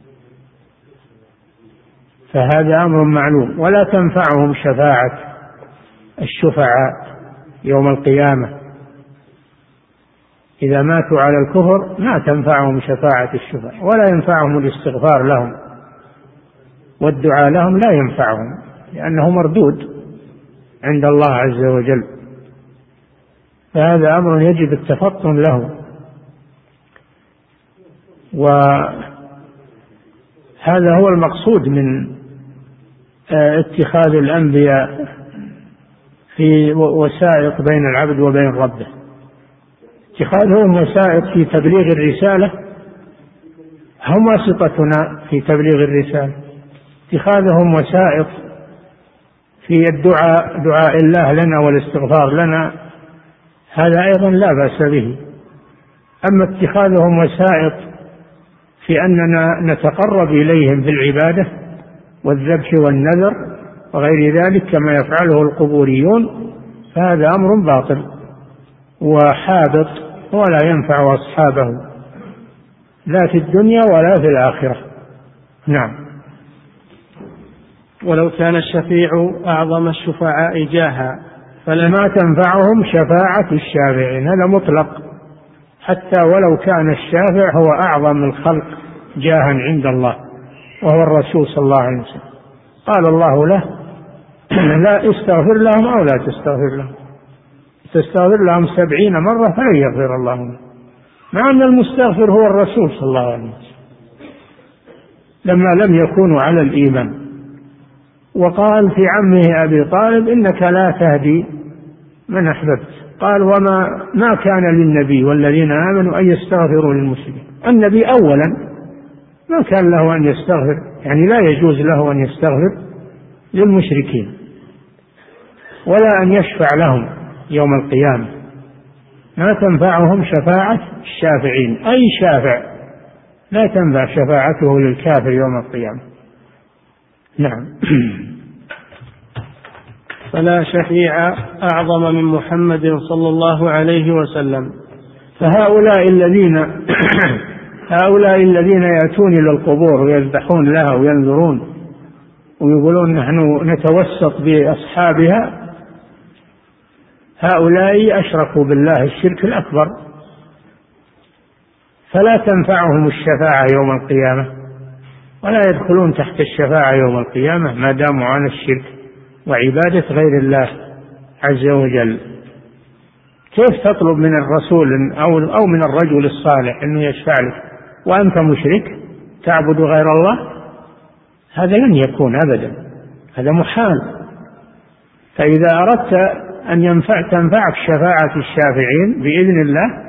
فهذا أمر معلوم. ولا تنفعهم شفاعة الشفعاء يوم القيامة، إذا ماتوا على الكفر ما تنفعهم شفاعة الشفعاء، ولا ينفعهم الاستغفار لهم، والدعاء لهم لا ينفعهم لأنه مردود عند الله عز وجل، فهذا أمر يجب التفطن له. وهذا هو المقصود من اتخاذ الأنبياء في وسائط بين العبد وبين ربه، اتخاذهم وسائط في تبليغ الرسالة، هم واسطتنا في تبليغ الرسالة، اتخاذهم وسائط في الدعاء، دعاء الله لنا والاستغفار لنا، هذا أيضا لا بأس به. أما اتخاذهم وسائط في أننا نتقرب إليهم بالعبادة والذبح والنذر وغير ذلك كما يفعله القبوريون فهذا أمر باطل وحابط ولا ينفع أصحابه لا في الدنيا ولا في الآخرة. نعم. ولو كان الشفيع أعظم الشفعاء جاها فما تنفعهم شفاعة الشافعين، هذا مطلق، حتى ولو كان الشافع هو أعظم الخلق جاها عند الله وهو الرسول صلى الله عليه وسلم، قال الله له لا استغفر لهم أو لا تستغفر لهم، تستغفر لهم 70 مرة فلن يغفر الله لهم، مع أن المستغفر هو الرسول صلى الله عليه وسلم لما لم يكونوا على الإيمان. وقال في عمه أبي طالب إنك لا تهدي من أحببت، قال ما كان للنبي والذين آمنوا أن يستغفروا للمشركين، النبي أولا ما كان له أن يستغفر، يعني لا يجوز له أن يستغفر للمشركين ولا أن يشفع لهم يوم القيامة، ما تنفعهم شفاعة الشافعين، أي شافع لا تنفع شفاعته للكافر يوم القيامة. نعم. فلا شفيع أعظم من محمد صلى الله عليه وسلم. فهؤلاء الذين يأتون إلى القبور ويذبحون لها وينذرون ويقولون نحن نتوسط بأصحابها، هؤلاء أشركوا بالله الشرك الأكبر، فلا تنفعهم الشفاعة يوم القيامة ولا يدخلون تحت الشفاعة يوم القيامة ما داموا على الشرك وعبادة غير الله عز وجل. كيف تطلب من الرسول أو من الرجل الصالح أنه يشفع لك وأنت مشرك تعبد غير الله؟ هذا لن يكون أبدا، هذا محال. فإذا أردت أن تنفعك شفاعة الشافعين بإذن الله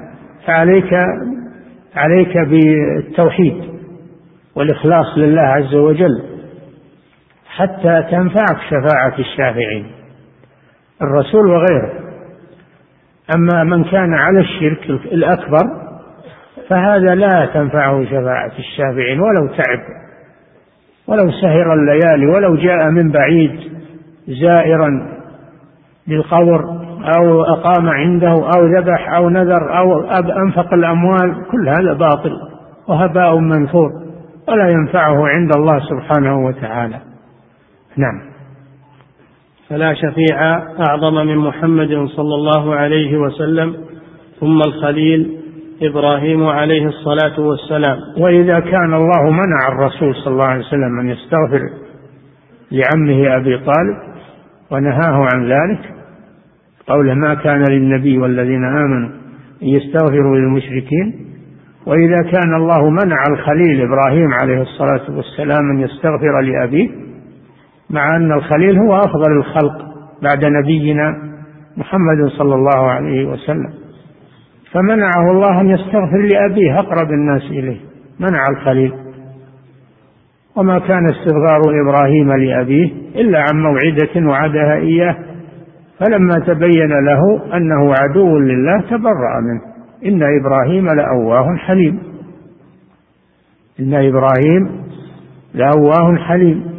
فعليك بالتوحيد والإخلاص لله عز وجل حتى تنفعك شفاعة الشافعين الرسول وغيره. أما من كان على الشرك الأكبر فهذا لا تنفعه شفاعة الشافعين ولو تعب ولو سهر الليالي ولو جاء من بعيد زائرا للقبر أو أقام عنده أو ذبح أو نذر أو أنفق الأموال، كل هذا باطل وهباء منثور ولا ينفعه عند الله سبحانه وتعالى. نعم. فلا شفيع أعظم من محمد صلى الله عليه وسلم، ثم الخليل إبراهيم عليه الصلاة والسلام. وإذا كان الله منع الرسول صلى الله عليه وسلم أن يستغفر لعمه أبي طالب ونهاه عن ذلك قوله ما كان للنبي والذين آمنوا أن يستغفروا للمشركين، وإذا كان الله منع الخليل إبراهيم عليه الصلاة والسلام أن يستغفر لأبيه مع أن الخليل هو أفضل الخلق بعد نبينا محمد صلى الله عليه وسلم، فمنعه الله أن يستغفر لأبيه أقرب الناس إليه، منع الخليل. وما كان استغفار إبراهيم لأبيه إلا عن موعدة وعدها إياه فلما تبين له أنه عدو لله تبرأ منه، إن إبراهيم لأواه حليم، إن إبراهيم لأواه حليم.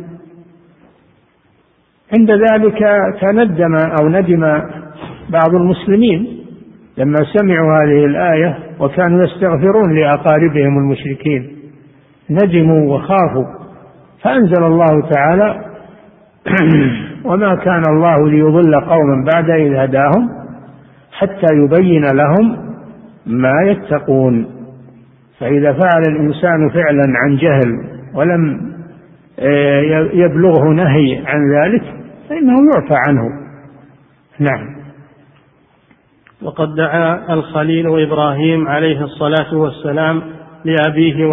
عند ذلك تندم أو ندم بعض المسلمين لما سمعوا هذه الآية وكانوا يستغفرون لأقاربهم المشركين، ندموا وخافوا، فأنزل الله تعالى وما كان الله ليضل قوما بعد إذ هداهم حتى يبين لهم ما يتقون. فإذا فعل الإنسان فعلا عن جهل ولم يبلغه نهي عن ذلك فإنه يعفى عنه. نعم. وقد دعا الخليل إبراهيم عليه الصلاة والسلام لأبيه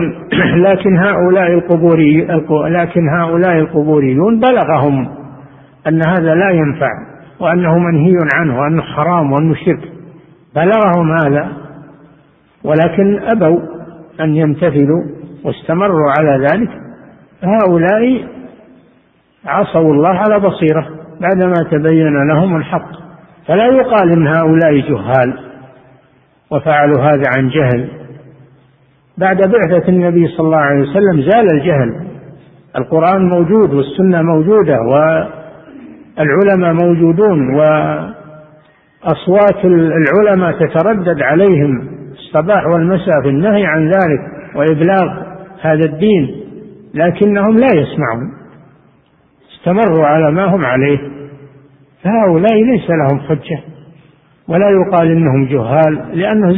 لكن هؤلاء القبوريون بلغهم أن هذا لا ينفع وأنه منهي عنه وأنه حرام وأنه شرك، بلغهم هذا ولكن أبوا أن يمتثلوا واستمروا على ذلك. هؤلاء عصوا الله على بصيرة بعدما تبين لهم الحق، فلا يقال إن هؤلاء جهال وفعلوا هذا عن جهل. بعد بعثة النبي صلى الله عليه وسلم زال الجهل، القرآن موجود والسنة موجودة والعلماء موجودون وأصوات العلماء تتردد عليهم الصباح والمساء في النهي عن ذلك وإبلاغ هذا الدين، لكنهم لا يسمعون، استمروا على ما هم عليه. فهؤلاء ليس لهم حجة ولا يقال إنهم جهال، لأنه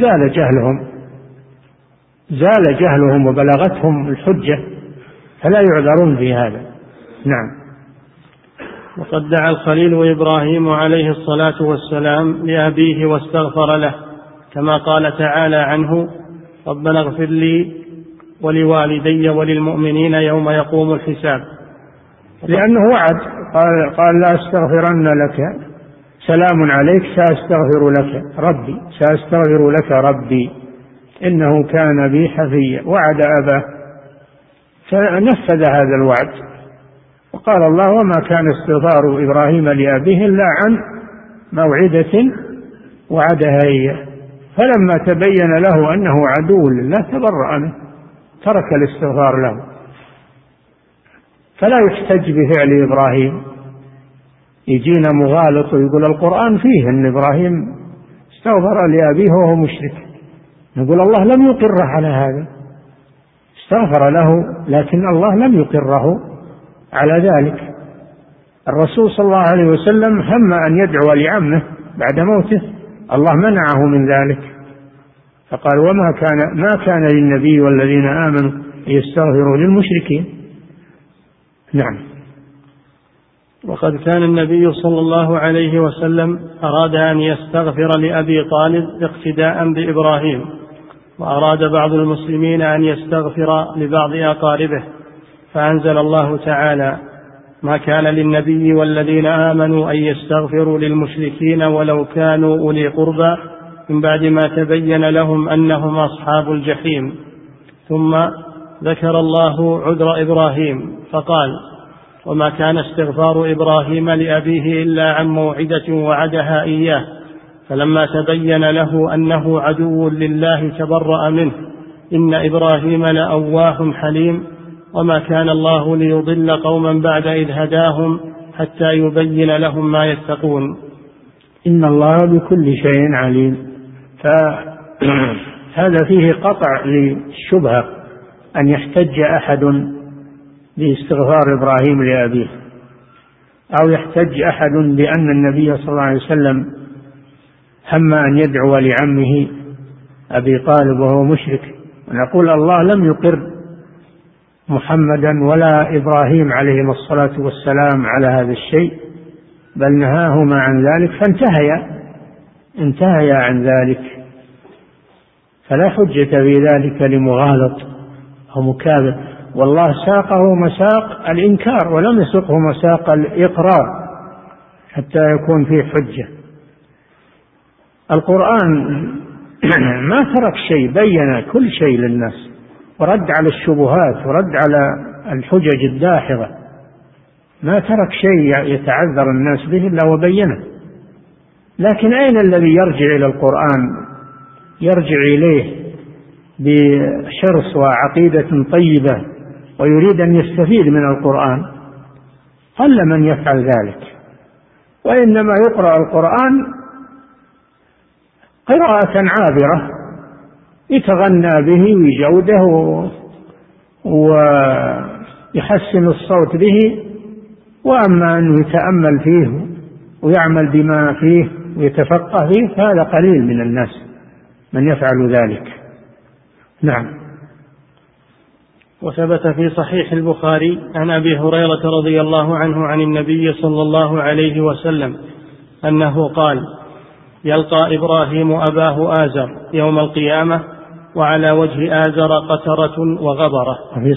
زال جهلهم وبلغتهم الحجة فلا يعذرون في هذا. نعم. وقد دعا الخليل إبراهيم عليه الصلاة والسلام لأبيه واستغفر له كما قال تعالى عنه ربنا اغفر لي ولوالدي وللمؤمنين يوم يقوم الحساب، لأنه وعد قال لا أستغفرن لك سلام عليك سأستغفر لك ربي إنه كان بي حفيا، وعد أباه فنفذ هذا الوعد. وقال الله وما كان استغفار إبراهيم لأبيه إلا عن موعدة وعدها إياه، فلما تبين له أنه عدو لله تبرأ منه، ترك الاستغفار له. فلا يحتج بفعل إبراهيم، يجينا مغالط ويقول القرآن فيه أن إبراهيم استغفر لأبيه وهو مشرك، نقول الله لم يقره على هذا، استغفر له لكن الله لم يقره على ذلك. الرسول صلى الله عليه وسلم هم أن يدعو لعمه بعد موته، الله منعه من ذلك فقال ما كان للنبي والذين آمنوا يستغفروا للمشركين. نعم. وقد كان النبي صلى الله عليه وسلم أراد أن يستغفر لأبي طالب اقتداء بإبراهيم، وأراد بعض المسلمين أن يستغفر لبعض أقاربه، فأنزل الله تعالى ما كان للنبي والذين آمنوا أن يستغفروا للمشركين ولو كانوا أولي قربى من بعد ما تبين لهم أنهم أصحاب الجحيم. ثم ذكر الله عذر إبراهيم فقال: وما كان استغفار إبراهيم لأبيه إلا عن موعدة وعدها إياه فلما تبين له أنه عدو لله تبرأ منه إن إبراهيم لأواه حليم وما كان الله ليضل قوما بعد إذ هداهم حتى يبين لهم ما يتقون. إن الله بكل شيء عليم. فهذا فيه قطع للشبهة أن يحتج أحد باستغفار إبراهيم لأبيه، أو يحتج أحد بأن النبي صلى الله عليه وسلم هم أن يدعو لعمه أبي طالب وهو مشرك. ونقول الله لم يقر محمدا ولا إبراهيم عليهما الصلاة والسلام على هذا الشيء، بل نهاهما عن ذلك فانتهيا عن ذلك، فلا حجة في ذلك لمغالط أو مكابر. والله ساقه مساق الإنكار ولم يسقه مساق الإقرار حتى يكون فيه حجة. القرآن ما ترك شيء، بين كل شيء للناس ورد على الشبهات ورد على الحجج الداحضة، ما ترك شيء يتعذر الناس به إلا وبينه. لكن أين الذي يرجع إلى القرآن يرجع إليه بحرص وعقيدة طيبة ويريد أن يستفيد من القرآن؟ قل من يفعل ذلك، وإنما يقرأ القرآن قراءة عابرة يتغنى به ويجوده ويحسن الصوت به، وأما أنه يتأمل فيه ويعمل بما فيه ويتفقه فيه فهذا قليل من الناس من يفعل ذلك. نعم. وثبت في صحيح البخاري عن أبي هريرة رضي الله عنه عن النبي صلى الله عليه وسلم أنه قال: يلقى إبراهيم أباه آزر يوم القيامة وعلى وجه آزر قترة وغبرة.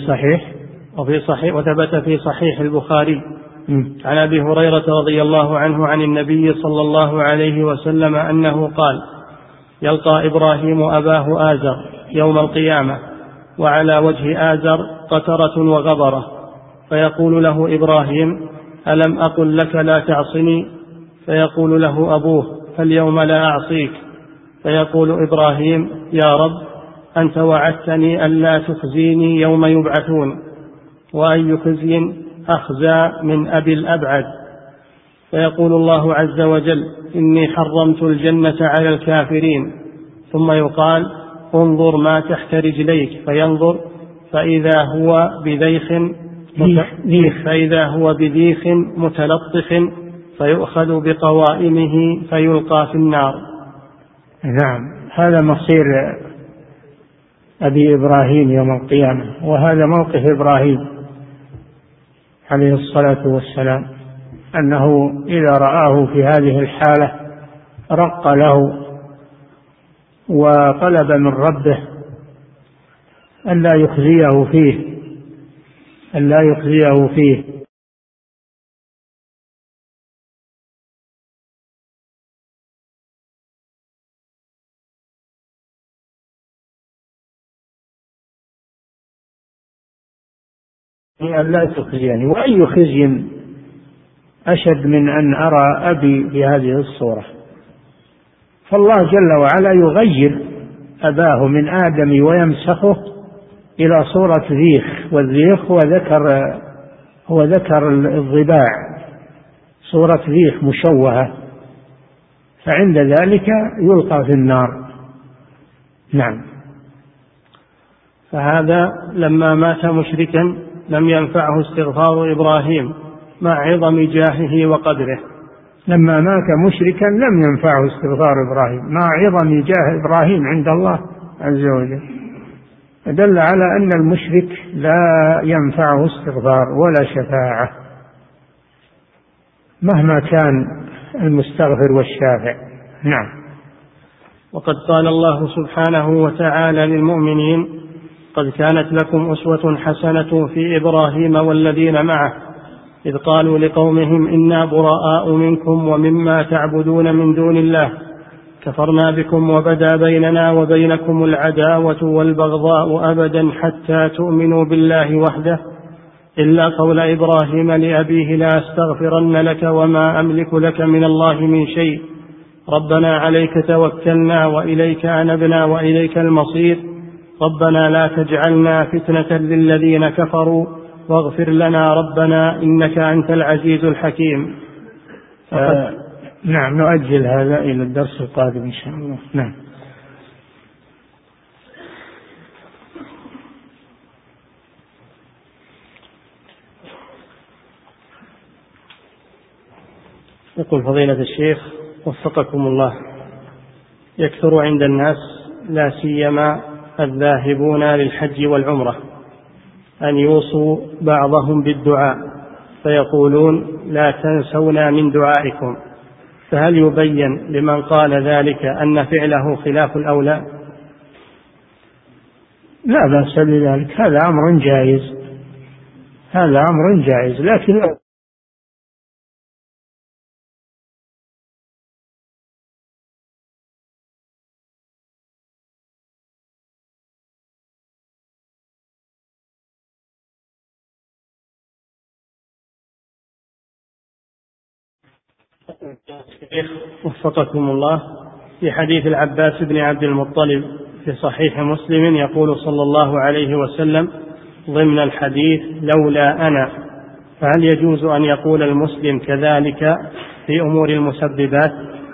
وثبت في صحيح البخاري عن أبي هريرة رضي الله عنه عن النبي صلى الله عليه وسلم أنه قال: يلقى إبراهيم أباه آزر يوم القيامة وعلى وجه آزر قترة وغبرة فيقول له إبراهيم: ألم أقل لك لا تعصني؟ فيقول له أبوه: فاليوم لا أعصيك. فيقول إبراهيم: يا رب، أنت وعدتني ألا تخزيني يوم يبعثون، وأي خزي أخزى من أبي الأبعد. فيقول الله عز وجل: إني حرمت الجنة على الكافرين. ثم يقال: انظر ما تحت رجليك، فينظر فإذا هو بذيخ متلطخ فيؤخذ بقوائمه فيلقى في النار. نعم، هذا مصير أبي إبراهيم يوم القيامة، وهذا موقف إبراهيم عليه الصلاة والسلام، أنه إذا رآه في هذه الحالة رق له وطلب من ربه ألا يخزيه فيه أن لا تخزيني، وأي خزي أشد من أن أرى أبي بهذه الصورة. فالله جل وعلا يغير أباه من آدم ويمسخه إلى صورة ذيخ، والذيخ هو ذكر الضباع، صورة ذيخ مشوهة، فعند ذلك يلقى في النار. نعم. فهذا لما مات مشركا لم ينفعه استغفار إبراهيم مع عظم جاهه وقدره. لما مات مشركا لم ينفعه استغفار إبراهيم مع عظم جاه إبراهيم عند الله عز وجل، دل على أن المشرك لا ينفعه استغفار ولا شفاعة مهما كان المستغفر والشافع. نعم. وقد قال الله سبحانه وتعالى للمؤمنين: قد كانت لكم أسوة حسنة في إبراهيم والذين معه إذ قالوا لقومهم إنا براء منكم ومما تعبدون من دون الله كفرنا بكم وبدا بيننا وبينكم العداوة والبغضاء أبدا حتى تؤمنوا بالله وحده إلا قول إبراهيم لأبيه لا أستغفرن لك وما أملك لك من الله من شيء ربنا عليك توكلنا وإليك أنبنا وإليك المصير ربنا لا تجعلنا فتنة للذين كفروا واغفر لنا ربنا إنك أنت العزيز الحكيم. نعم، نؤجل هذا إلى الدرس القادم إن شاء الله. نعم. يقول فضيلة الشيخ وفقكم الله: يكثر عند الناس لا سيما الذاهبون للحج والعمرة أن يوصوا بعضهم بالدعاء فيقولون لا تنسونا من دعائكم، فهل يبين لمن قال ذلك أن فعله خلاف الأولى؟ لا بأس بذلك، هذا أمر جائز، هذا أمر جائز، لكن وفقكم الله، في حديث العباس بن عبد المطلب في صحيح مسلم يقول صلى الله عليه وسلم ضمن الحديث لولا أنا، فهل يجوز أن يقول المسلم كذلك في أمور المسببات؟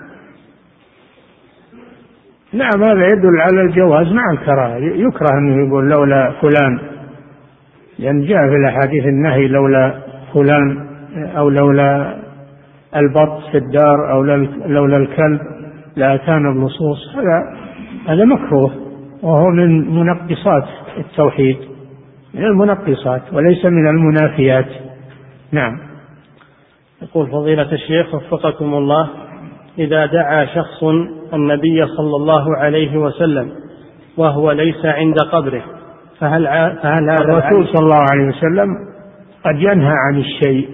نعم، هذا يدل على الجواز مع الكراهة، يكره أنه يقول لولا فلان، لأن جاء في الأحاديث النهي لولا فلان أو لولا البط في الدار أو لولا الكلب لأتانا اللصوص، هذا مكروه، وهو من منقصات التوحيد، من المنقصات وليس من المنافيات. نعم. يقول فضيلة الشيخ وفقكم الله: إذا دعا شخص النبي صلى الله عليه وسلم وهو ليس عند قبره فهل هذا الرسول صلى الله عليه وسلم قد ينهى عن الشيء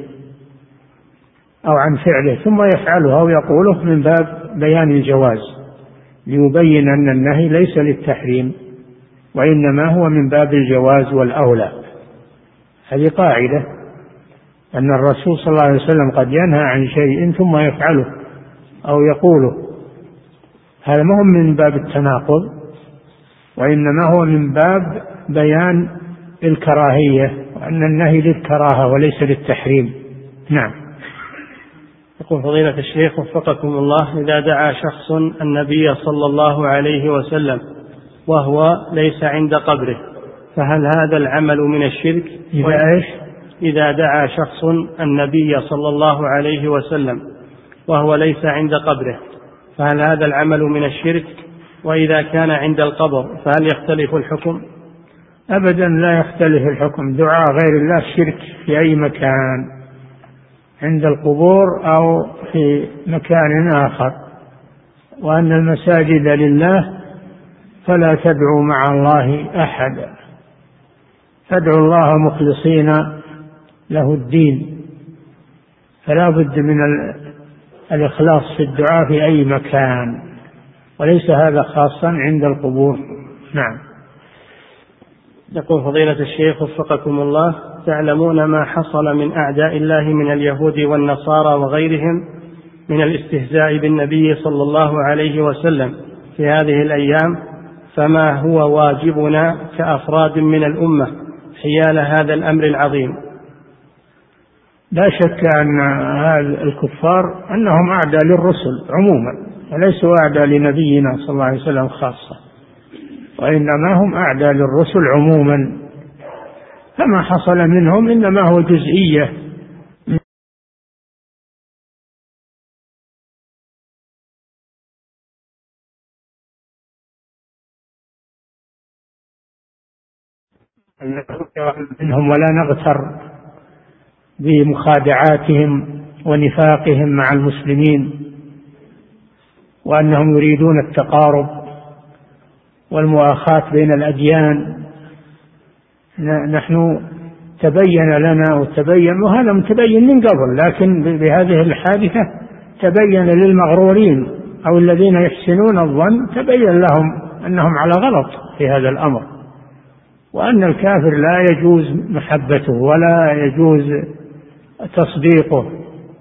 أو عن فعله ثم يفعله أو يقوله من باب بيان الجواز، ليبين أن النهي ليس للتحريم وإنما هو من باب الجواز والأولى. هذه قاعدة، أن الرسول صلى الله عليه وسلم قد ينهى عن شيء ثم يفعله أو يقوله، هذا ما هو من باب التناقض وإنما هو من باب بيان الكراهية، وأن النهي للكراهة وليس للتحريم. نعم. يقول فضيلة الشيخ وفقكم الله: إذا دعا شخص النبي صلى الله عليه وسلم وهو ليس عند قبره فهل هذا العمل من الشرك؟ إذا دعا شخص النبي صلى الله عليه وسلم وهو ليس عند قبره فهل هذا العمل من الشرك؟ وإذا كان عند القبر فهل يختلف الحكم؟ أبدا لا يختلف الحكم، دعاء غير الله شرك في أي مكان، عند القبور أو في مكان آخر، وأن المساجد لله فلا تدعوا مع الله أحدا، فادعوا الله مخلصين له الدين، فلا بد من الإخلاص في الدعاء في أي مكان، وليس هذا خاصا عند القبور. نعم. يقول فضيلة الشيخ وفقكم الله: تعلمون ما حصل من أعداء الله من اليهود والنصارى وغيرهم من الاستهزاء بالنبي صلى الله عليه وسلم في هذه الأيام، فما هو واجبنا كأفراد من الأمة حيال هذا الأمر العظيم؟ لا شك أن هذا الكفار أنهم أعداء للرسل عموما، وليسوا أعداء لنبينا صلى الله عليه وسلم خاصة، وإنما هم أعداء للرسل عموما، فما حصل منهم إنما هو جزئية منهم، ولا نغتر بمخادعاتهم ونفاقهم مع المسلمين، وأنهم يريدون التقارب والمؤاخاة بين الأديان. نحن تبين لنا وتبين، وهذا متبين من قبل، لكن بهذه الحادثة تبين للمغرورين أو الذين يحسنون الظن، تبين لهم أنهم على غلط في هذا الأمر، وأن الكافر لا يجوز محبته ولا يجوز تصديقه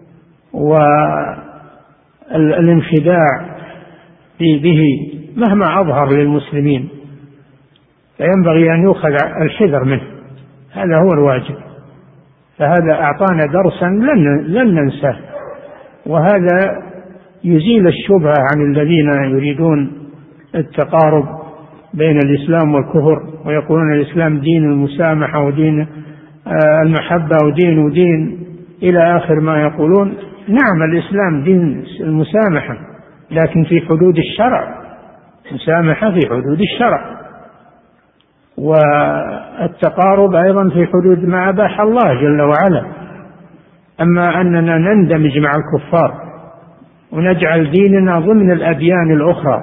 والانخداع به مهما أظهر للمسلمين، فينبغي أن يؤخذ الحذر منه، هذا هو الواجب. فهذا أعطانا درسا لن ننساه، وهذا يزيل الشبهة عن الذين يريدون التقارب بين الإسلام والكفر، ويقولون الإسلام دين المسامحة ودين المحبة ودين إلى آخر ما يقولون. نعم، الإسلام دين المسامحة، لكن في حدود الشرع، مسامحة في حدود الشرع، والتقارب أيضا في حدود ما أباح الله جل وعلا. أما أننا نندمج مع الكفار ونجعل ديننا ضمن الأديان الأخرى،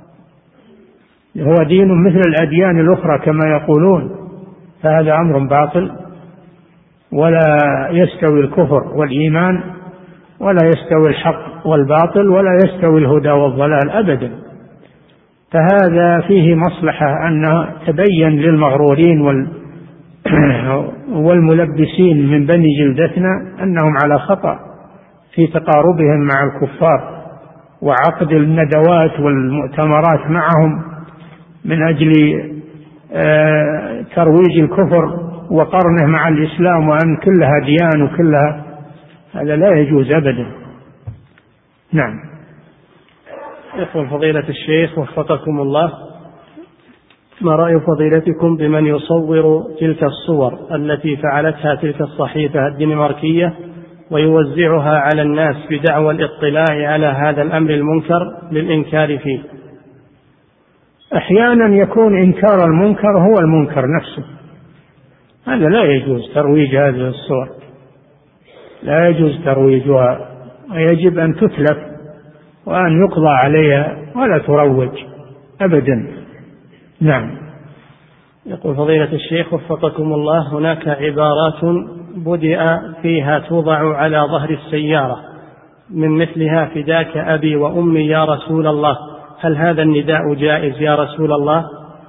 هو دين مثل الأديان الأخرى كما يقولون، فهذا أمر باطل، ولا يستوي الكفر والإيمان، ولا يستوي الحق والباطل، ولا يستوي الهدى والضلال أبدا. فهذا فيه مصلحة أن تبين للمغرورين والملبسين من بني جلدتنا أنهم على خطأ في تقاربهم مع الكفار وعقد الندوات والمؤتمرات معهم من أجل ترويج الكفر وقرنه مع الإسلام، وأن كلها ديان وكلها، هذا لا يجوز أبدا. نعم. يقول فضيلة الشيخ وفقكم الله: ما رأي فضيلتكم بمن يصور تلك الصور التي فعلتها تلك الصحيفة الدنماركية ويوزعها على الناس بدعوى الاطلاع على هذا الأمر المنكر للإنكار فيه؟ أحيانا يكون إنكار المنكر هو المنكر نفسه، هذا لا يجوز ترويج هذه الصور، لا يجوز ترويجها، ويجب أن تتلف وأن يقضى عليها ولا تروج أبدا. نعم. يقول فضيلة الشيخ وفقكم الله: هناك عبارات بدأ فيها توضع على ظهر السيارة من مثلها فداك أبي وأمي يا رسول الله، هل هذا النداء جائز يا رسول الله؟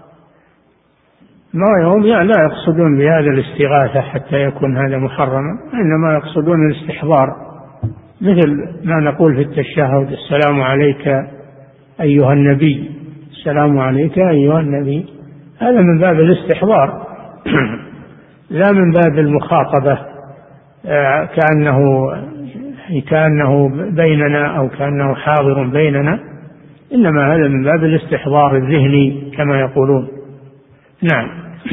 ما هم لا يقصدون بهذا الاستغاثة حتى يكون هذا محرما، إنما يقصدون الاستحضار، مثل ما نقول في التشهد: السلام عليك أيها النبي، السلام عليك أيها النبي، هذا من باب الاستحضار لا من باب المخاطبة كأنه بيننا أو كأنه حاضر بيننا، إنما هذا من باب الاستحضار الذهني كما يقولون. نعم.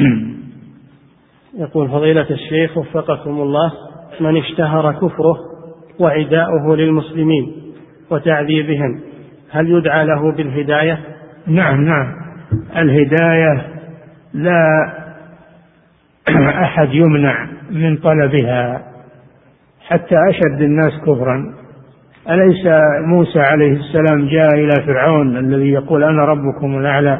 يقول فضيلة الشيخ وفقكم الله: من اشتهر كفره وعداؤه للمسلمين وتعذيبهم هل يدعى له بالهداية؟ نعم، الهداية لا أحد يمنع من طلبها حتى أشد الناس كفرا. أليس موسى عليه السلام جاء إلى فرعون الذي يقول أنا ربكم الأعلى،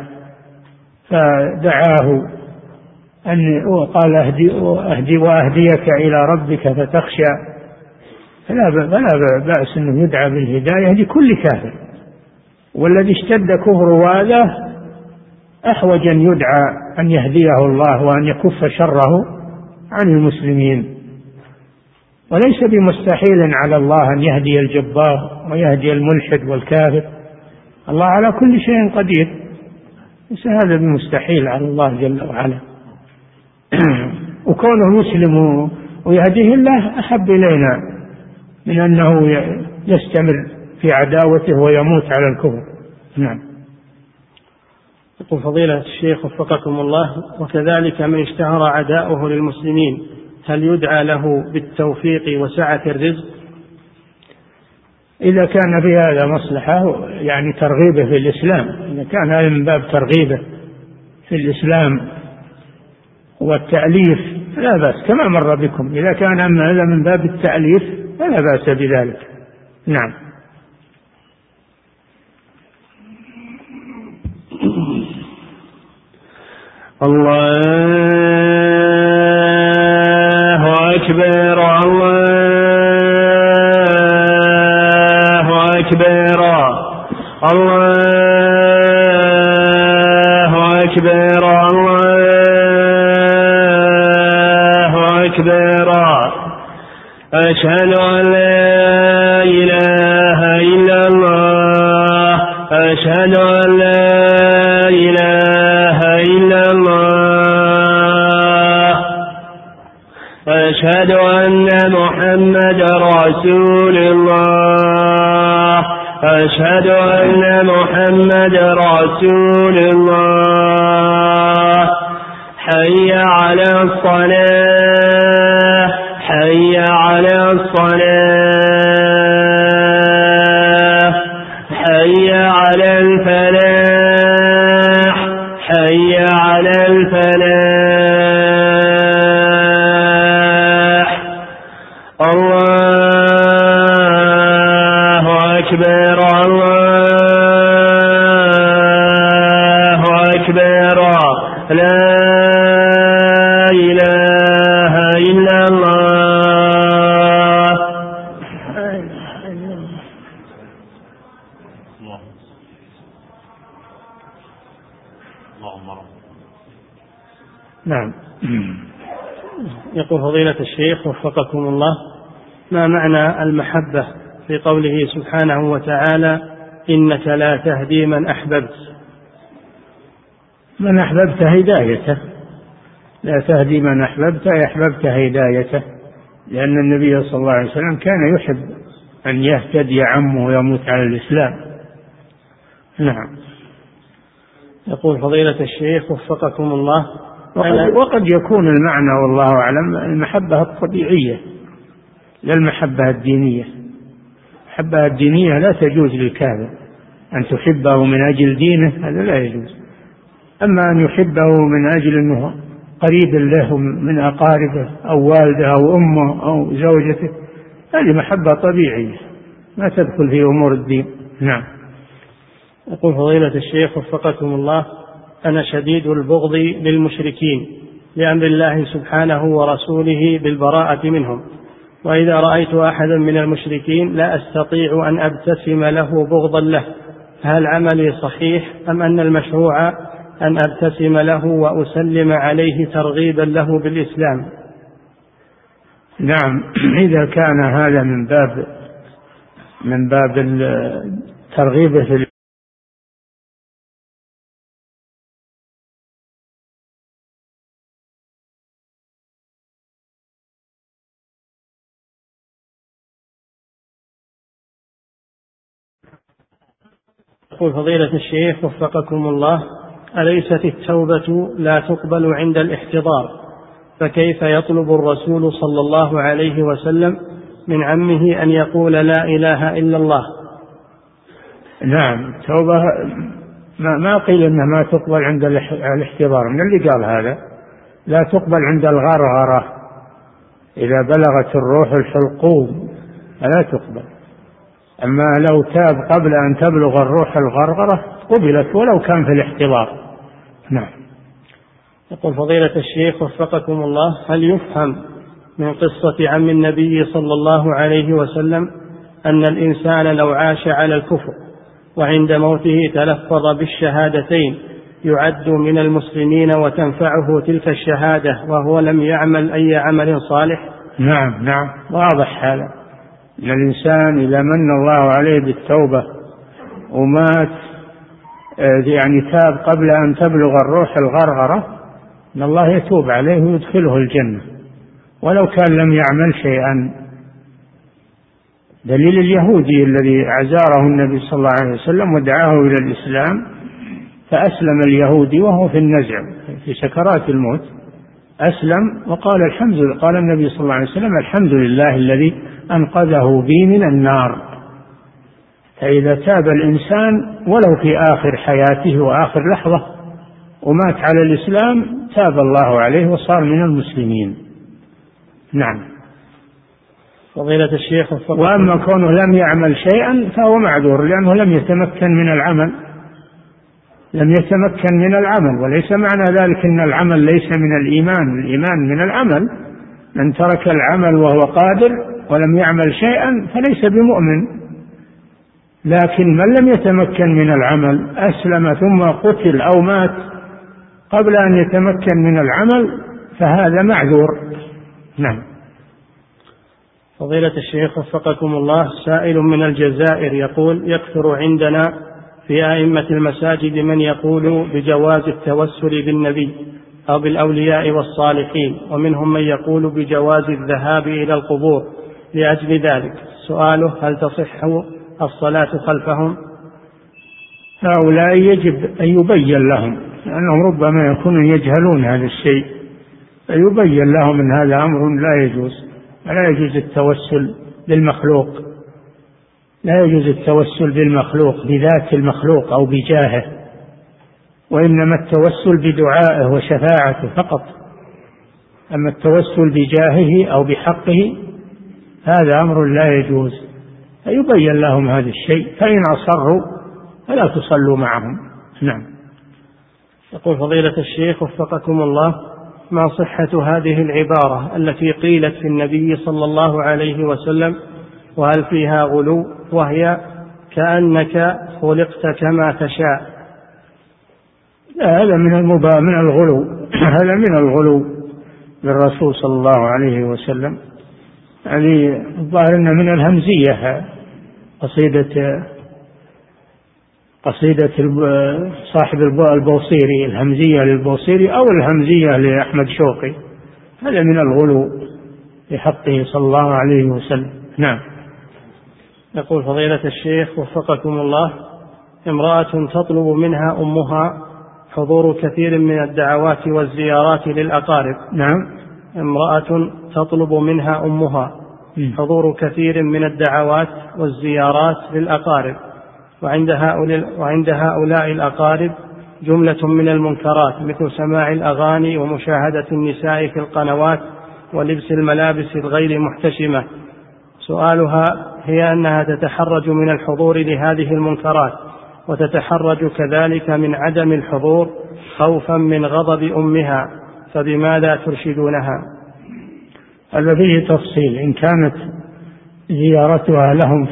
فدعاه وقال أهدي وأهديك إلى ربك فتخشى، فلا بأس أنه يدعى بالهداية لكل كافر، والذي اشتد كفره هذا أحوج أن يدعى أن يهديه الله وأن يكف شره عن المسلمين. وليس بمستحيل على الله أن يهدي الجبار ويهدي الملحد والكافر، الله على كل شيء قدير، ليس هذا بمستحيل على الله جل وعلا. وكونه مسلم ويهديه الله أحب إلينا من أنه يستمر في عداوته ويموت على الكفر. نعم. يقول فضيلة الشيخ وفقكم الله: وكذلك من اشتهر عداؤه للمسلمين هل يدعى له بالتوفيق وسعة الرزق؟ إذا كان في هذا مصلحة، يعني ترغيبه في الإسلام، إذا كان هذا من باب ترغيبه في الإسلام والتأليف لا بأس كما مر بكم. إذا كان أما هذا من باب التأليف فلا بأس بذلك. نعم. الله أكبر الله أكبر الله أكبر الله أكبر أشهد أن لا إله إلا الله أشهد أن لا إله إلا الله أشهد أن محمد رسول الله أشهد أن محمد رسول الله حي على الصلاة حي على الصلاة حي على الفلاح حي على الفلاح الله أكبر الله أكبر لا إله إلا الله. نعم. يقول فضيلة الشيخ وفقكم الله: ما معنى المحبة في قوله سبحانه وتعالى: إنك لا تهدي من أحببت؟ من أحببت هدايته، لا تهدي من أحببت أحببت هدايته، لأن النبي صلى الله عليه وسلم كان يحب أن يهتدي عمه ويموت على الإسلام. نعم. يقول فضيلة الشيخ وفقكم الله: وقد يكون المعنى والله أعلم المحبة الطبيعية لا المحبة الدينية. المحبة الدينية لا تجوز للكافر، أن تحبه من أجل دينه هذا لا يجوز، أما أن يحبه من أجل أنه قريب له من أقاربه أو والده أو أمه أو زوجته هذه محبة طبيعية ما تدخل في أمور الدين. نعم. يقول فضيلة الشيخ وفقكم الله: أنا شديد البغض للمشركين لأمر الله سبحانه ورسوله بالبراءة منهم، وإذا رأيت أحدا من المشركين لا أستطيع أن أبتسم له بغضا له، هل عملي صحيح أم أن المشروع أن أبتسم له وأسلم عليه ترغيبا له بالإسلام؟ نعم، إذا كان هذا من باب الترغيب في يقول فضيلة الشيخ وفقكم الله: أليست التوبة لا تقبل عند الاحتضار، فكيف يطلب الرسول صلى الله عليه وسلم من عمه أن يقول لا إله إلا الله؟ نعم، التوبة ما قيل إنها ما تقبل عند الاحتضار، من اللي قال هذا؟ لا تقبل عند الغرغرة، إذا بلغت الروح الحلقوم فلا تقبل، أما لو تاب قبل أن تبلغ الروح الغرغرة قبلت ولو كان في الاحتضار. نعم. يقول فضيلة الشيخ وفقكم الله: هل يفهم من قصة عم النبي صلى الله عليه وسلم أن الإنسان لو عاش على الكفر وعند موته تلفظ بالشهادتين يعد من المسلمين وتنفعه تلك الشهادة وهو لم يعمل أي عمل صالح؟ نعم نعم، واضح هذا، أن الإنسان إذا من الله عليه بالتوبة ومات يعني تاب قبل أن تبلغ الروح الغرغرة أن الله يتوب عليه ويدخله الجنة ولو كان لم يعمل شيئا. دليل اليهودي الذي عزاره النبي صلى الله عليه وسلم ودعاه إلى الإسلام، فأسلم اليهودي وهو في النزع في سكرات الموت، أسلم وقال الحمد لله، قال النبي صلى الله عليه وسلم: الحمد لله الذي أنقذه بي من النار. فإذا تاب الإنسان ولو في آخر حياته وآخر لحظة ومات على الإسلام تاب الله عليه وصار من المسلمين. نعم. فضيلة الشيخ وأما كونه لم يعمل شيئا فهو معذور، لأنه لم يتمكن من العمل، لم يتمكن من العمل، وليس معنى ذلك أن العمل ليس من الإيمان، الإيمان من العمل، من ترك العمل وهو قادر ولم يعمل شيئا فليس بمؤمن. لكن من لم يتمكن من العمل أسلم ثم قتل أو مات قبل أن يتمكن من العمل فهذا معذور. نعم. فضيلة الشيخ وفقكم الله، سائل من الجزائر يقول: يكثر عندنا في أئمة المساجد من يقول بجواز التوسل بالنبي أو بالأولياء والصالحين، ومنهم من يقول بجواز الذهاب إلى القبور لأجل ذلك. سؤاله: هل تصح الصلاة خلفهم؟ هؤلاء يجب أن يبين لهم، لأنهم ربما يكونون يجهلون هذا الشيء، فيبين لهم أن هذا أمر لا يجوز، ولا يجوز التوسل بالمخلوق، لا يجوز التوسل بالمخلوق بذات المخلوق أو بجاهه، وإنما التوسل بدعائه وشفاعته فقط. أما التوسل بجاهه أو بحقه هذا أمر لا يجوز، فيبين لهم هذا الشيء، فإن أصروا فلا تصلوا معهم. نعم. يقول فضيلة الشيخ وفقكم الله: ما صحة هذه العبارة التي قيلت في النبي صلى الله عليه وسلم وهل فيها غلو، وهي كأنك خلقت كما تشاء؟ هذا من الغلو هذا من الغلو بالرسول صلى الله عليه وسلم. يعني الظاهر أن من الهمزية، قصيدة صاحب البوصيري، الهمزية للبوصيري أو الهمزية لأحمد شوقي، هذا من الغلو بحقه صلى الله عليه وسلم. نعم. يقول فضيلة الشيخ وفقكم الله: امرأة تطلب منها أمها حضور كثير من الدعوات والزيارات للأقارب. نعم. امرأة تطلب منها أمها حضور كثير من الدعوات والزيارات للأقارب، وعند هؤلاء الأقارب جملة من المنكرات مثل سماع الأغاني ومشاهدة النساء في القنوات ولبس الملابس الغير محتشمة. سؤالها هي أنها تتحرج من الحضور لهذه المنكرات، وتتحرج كذلك من عدم الحضور خوفا من غضب أمها، فبماذا ترشدونها؟ هذا فيه تفصيل. إن كانت زيارتها لهم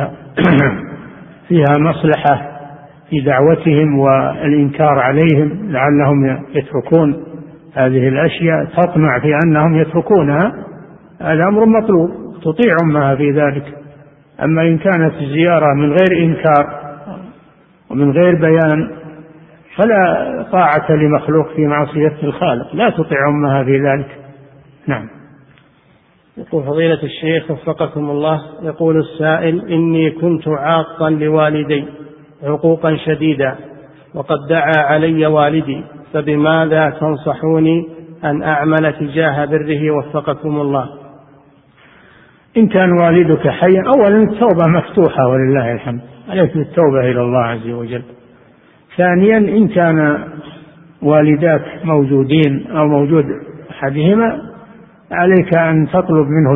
فيها مصلحة في دعوتهم والإنكار عليهم لعلهم يتركون هذه الأشياء، تطمع في أنهم يتركونها، هذا أمر مطلوب، تطيع أمها في ذلك. أما إن كانت الزيارة من غير إنكار ومن غير بيان فلا طاعة لمخلوق في معصية الخالق، لا تطيع أمها في ذلك. نعم. يقول فضيلة الشيخ وفقكم الله: يقول السائل: إني كنت عاقا لوالدي عقوقا شديدا، وقد دعا علي والدي، فبماذا تنصحوني أن أعمل تجاه بره وفقكم الله؟ إن كان والدك حيا، أولا التوبة مفتوحة ولله الحمد، عليك بالتوبة إلى الله عز وجل. ثانيا إن كان والداك موجودين أو موجود أحدهما، عليك أن تطلب منه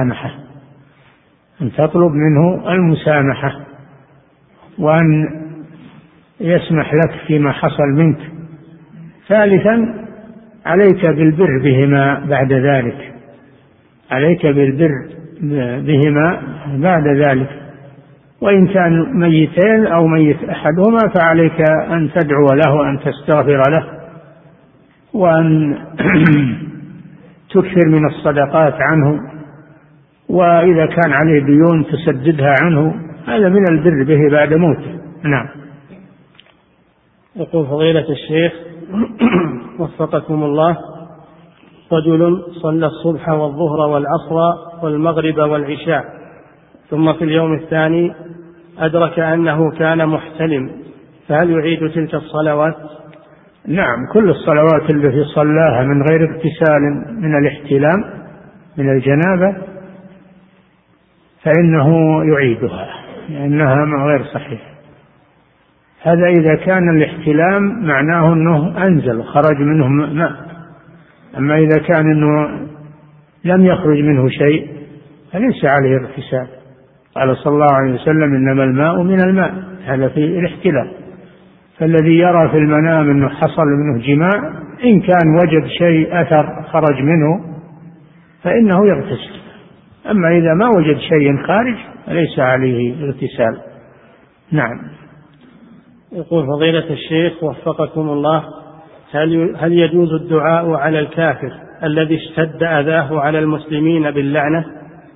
المسامحة، وأن يسمح لك فيما حصل منك. ثالثا عليك بالبر بهما بعد ذلك، وإن كان ميتين أو ميت أحدهما فعليك أن تدعو له وأن تستغفر له، وأن تكثر من الصدقات عنه، وإذا كان عليه ديون تسددها عنه، هذا من البر به بعد موته. نعم. يقول فضيلة الشيخ وفقكم الله: رجل صلى الصبح والظهر والعصر والمغرب والعشاء، ثم في اليوم الثاني أدرك أنه كان محتلم، فهل يعيد تلك الصلوات؟ نعم، كل الصلوات التي صلاها من غير اغتسال من الاحتلام من الجنابة فإنه يعيدها، لأنها غير صحيحة. هذا إذا كان الاحتلام معناه أنه أنزل خرج منه ماء. أما إذا كان أنه لم يخرج منه شيء فليس عليه اغتسال. قال صلى الله عليه وسلم: إنما الماء من الماء، هذا في الاحتلام. فالذي يرى في المنام أنه حصل منه جماع، إن كان وجد شيء أثر خرج منه فإنه يغتسل. أما إذا ما وجد شيء خارج ليس عليه اغتسال. نعم. يقول فضيلة الشيخ وفقكم الله: هل يجوز الدعاء على الكافر الذي اشتد أذاه على المسلمين باللعنة؟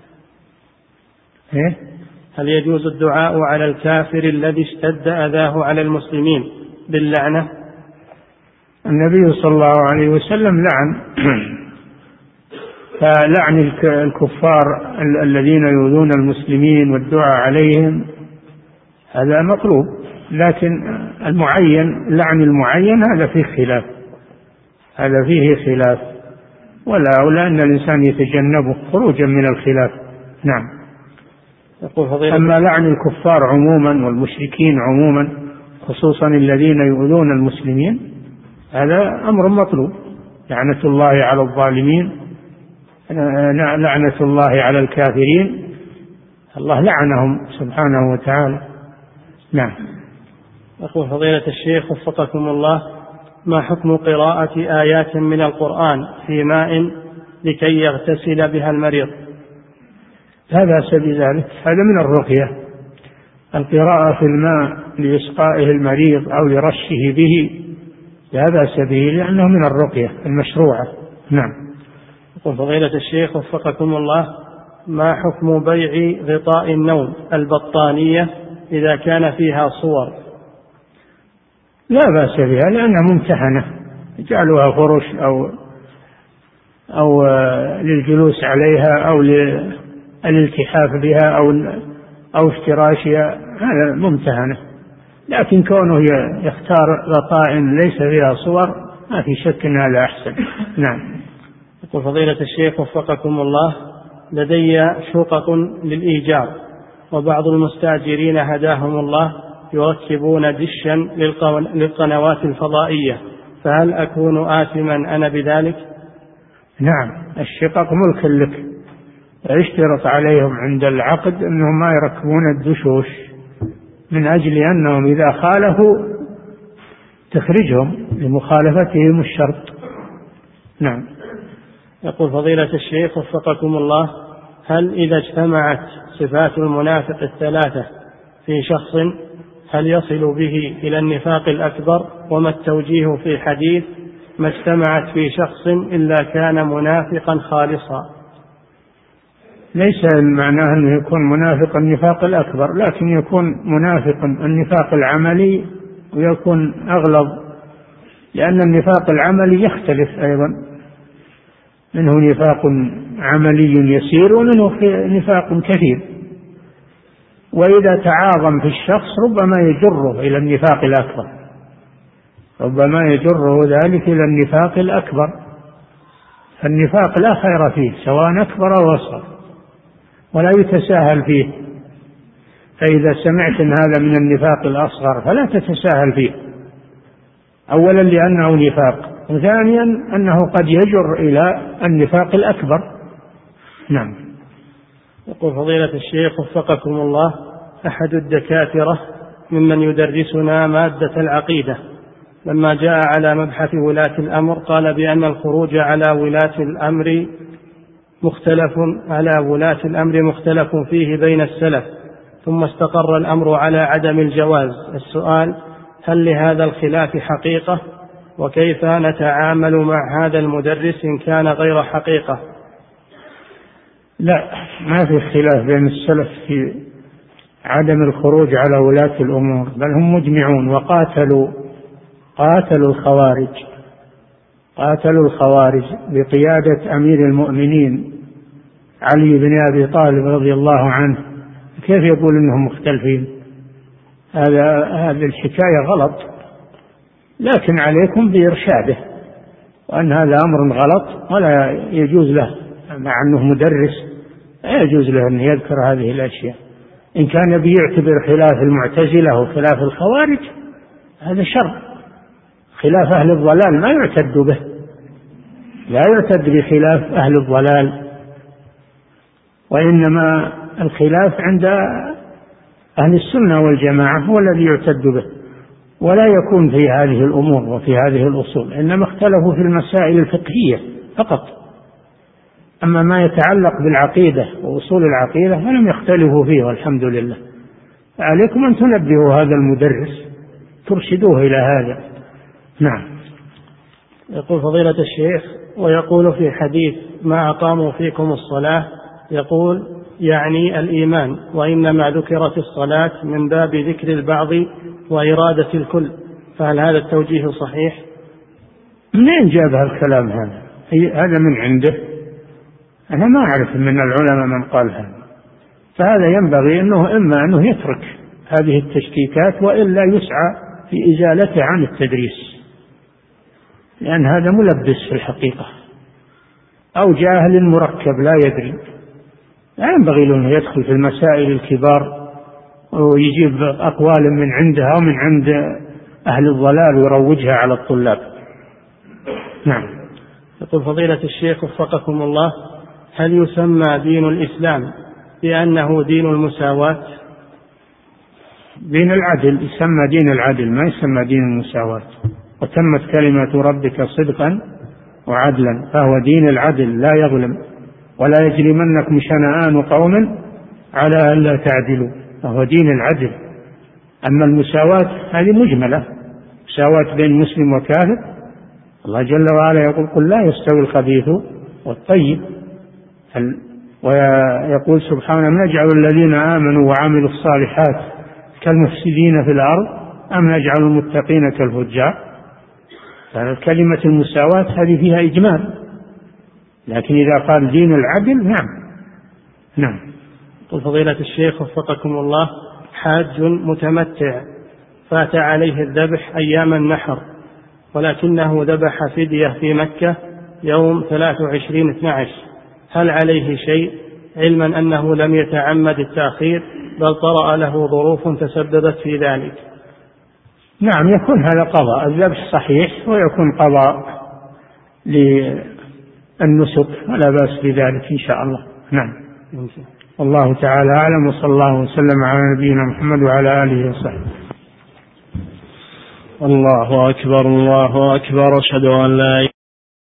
هل يجوز الدعاء على الكافر الذي اشتد أذاه على المسلمين باللعنة؟ النبي صلى الله عليه وسلم لعن، فلعن الكفار الذين يؤذون المسلمين والدعاء عليهم هذا مطلوب، لكن المعين، لعن المعين هذا فيه خلاف، هذا فيه خلاف، ولا أولى أن الإنسان يتجنبه خروجا من الخلاف. نعم. أما لعن الكفار عموما والمشركين عموما خصوصا الذين يؤذون المسلمين هذا أمر مطلوب. لعنة الله على الظالمين، لعنة الله على الكافرين، الله لعنهم سبحانه وتعالى. نعم. يقول فضيلة الشيخ وفقكم الله: ما حكم قراءة آيات من القرآن في ماء لكي يغتسل بها المريض؟ لا بأس بذلك، هذا من الرقية. القراءة في الماء لإسقائه المريض أو لرشه به لا بأس به، لأنه من الرقية المشروعة. نعم. يقول فضيلة الشيخ وفقكم الله: ما حكم بيع غطاء النوم البطانية إذا كان فيها صور؟ لا بأس بها، لأنها ممتهنة، جعلوها فرش أو للجلوس عليها أو للالتحاف بها أو افتراشها، هذا ممتهنة. لكن كونه يختار غطاء ليس فيها صور ما في شك أن هذا أحسن. نعم. يقول فضيلة الشيخ وفقكم الله: لدي شقق للإيجار، وبعض المستأجرين هداهم الله يركبون دشا للقنوات الفضائية، فهل أكون آثما أنا بذلك؟ نعم، الشقق ملك لك، يشترط عليهم عند العقد أنهم ما يركبون الدشوش، من أجل أنهم إذا خالفوا تخرجهم لمخالفتهم الشرط. نعم. يقول فضيلة الشيخ وفقكم الله: هل إذا اجتمعت صفات المنافق الثلاثة في شخص هل يصل به إلى النفاق الأكبر؟ وما التوجيه في حديث ما اجتمعت في شخص إلا كان منافقا خالصا؟ ليس معناه أنه يكون منافق النفاق الأكبر، لكن يكون منافق النفاق العملي ويكون أغلظ، لأن النفاق العملي يختلف أيضا، منه نفاق عملي يسير ومنه نفاق كثير، وإذا تعاظم في الشخص ربما يجره إلى النفاق الأكبر، ربما يجره ذلك إلى النفاق الأكبر. فالنفاق لا خير فيه سواء أكبر أو أصغر، ولا يتساهل فيه. فإذا سمعت أن هذا من النفاق الأصغر فلا تتساهل فيه، أولا لأنه نفاق، وثانيا أنه قد يجر إلى النفاق الأكبر. نعم. يقول فضيلة الشيخ وفقكم الله: أحد الدكاترة ممن يدرسنا مادة العقيدة لما جاء على مبحث ولاة الأمر قال بأن الخروج على ولاة الأمر مختلف فيه بين السلف، ثم استقر الأمر على عدم الجواز. السؤال: هل لهذا الخلاف حقيقة؟ وكيف نتعامل مع هذا المدرس إن كان غير حقيقة؟ لا، ما في خلاف بين السلف في عدم الخروج على ولاة الأمور، بل هم مجمعون، وقاتلوا الخوارج بقيادة أمير المؤمنين علي بن أبي طالب رضي الله عنه. كيف يقول إنهم مختلفين؟ هذه الحكاية غلط، لكن عليكم بإرشاده، وأن هذا أمر غلط ولا يجوز له، مع أنه مدرس لا يجوز له أن يذكر هذه الأشياء. إن كان بيعتبر خلاف المعتزلة وخلاف الخوارج هذا شر، خلاف أهل الضلال ما يعتد به، لا يعتد بخلاف أهل الضلال، وإنما الخلاف عند أهل السنة والجماعة هو الذي يعتد به، ولا يكون في هذه الأمور وفي هذه الأصول، إنما اختلفوا في المسائل الفقهية فقط. أما ما يتعلق بالعقيدة وأصول العقيدة فلم يختلفوا فيه والحمد لله. عليكم أن تنبهوا هذا المدرس، ترشدوه إلى هذا. نعم. يقول فضيلة الشيخ: ويقول في حديث ما أقاموا فيكم الصلاة، يقول يعني الإيمان، وإنما ذكرت الصلاة من باب ذكر البعض وإرادة الكل، فهل هذا التوجيه صحيح؟ منين جاب هالكلام هذا؟ هذا من عنده، أنا ما أعرف من العلماء من قال هذا. فهذا ينبغي إما أنه يترك هذه التشكيكات وإلا يسعى في إزالته عن التدريس، لأن هذا ملبس في الحقيقة أو جاهل مركب لا يدري. لا ينبغي له أنه يدخل في المسائل الكبار ويجيب أقوال من عندها ومن عند أهل الضلال ويروجها على الطلاب. نعم. يقول فضيلة الشيخ وفقكم الله: هل يسمى دين الإسلام بأنه دين المساواة؟ دين العدل، يسمى دين العدل، ما يسمى دين المساواة. وتمت كلمة ربك صدقا وعدلا، فهو دين العدل لا يظلم. ولا يجرمنكم شنآن قوم على ألا تعدلوا، فهو دين العدل. أما المساواة هذه مجملة، مساواة بين مسلم وكافر. الله جل وعلا يقول: قل لا يستوي الخبيث والطيب. ويقول سبحانه: نجعل الذين آمنوا وعملوا الصالحات كالمفسدين في الأرض أم نجعل المتقين كالفجار. فكلمة المساواة هذه فيها إجمال، لكن إذا قال دين العدل نعم. قل فضيلة الشيخ وفقكم الله: حاج متمتع فات عليه الذبح أيام النحر، ولكنه ذبح فدية في مكة يوم 23/12، هل عليه شيء، علما أنه لم يتعمد التأخير بل طرأ له ظروف تسببت في ذلك؟ نعم، يكون هذا قضاء. الذبح صحيح ويكون قضاء للنسك، ولا بأس بذلك إن شاء الله. نعم. والله تعالى أعلم، وصلى الله وسلم على نبينا محمد وعلى آله وصحبه. الله أكبر الله أكبر، أشهد أن لا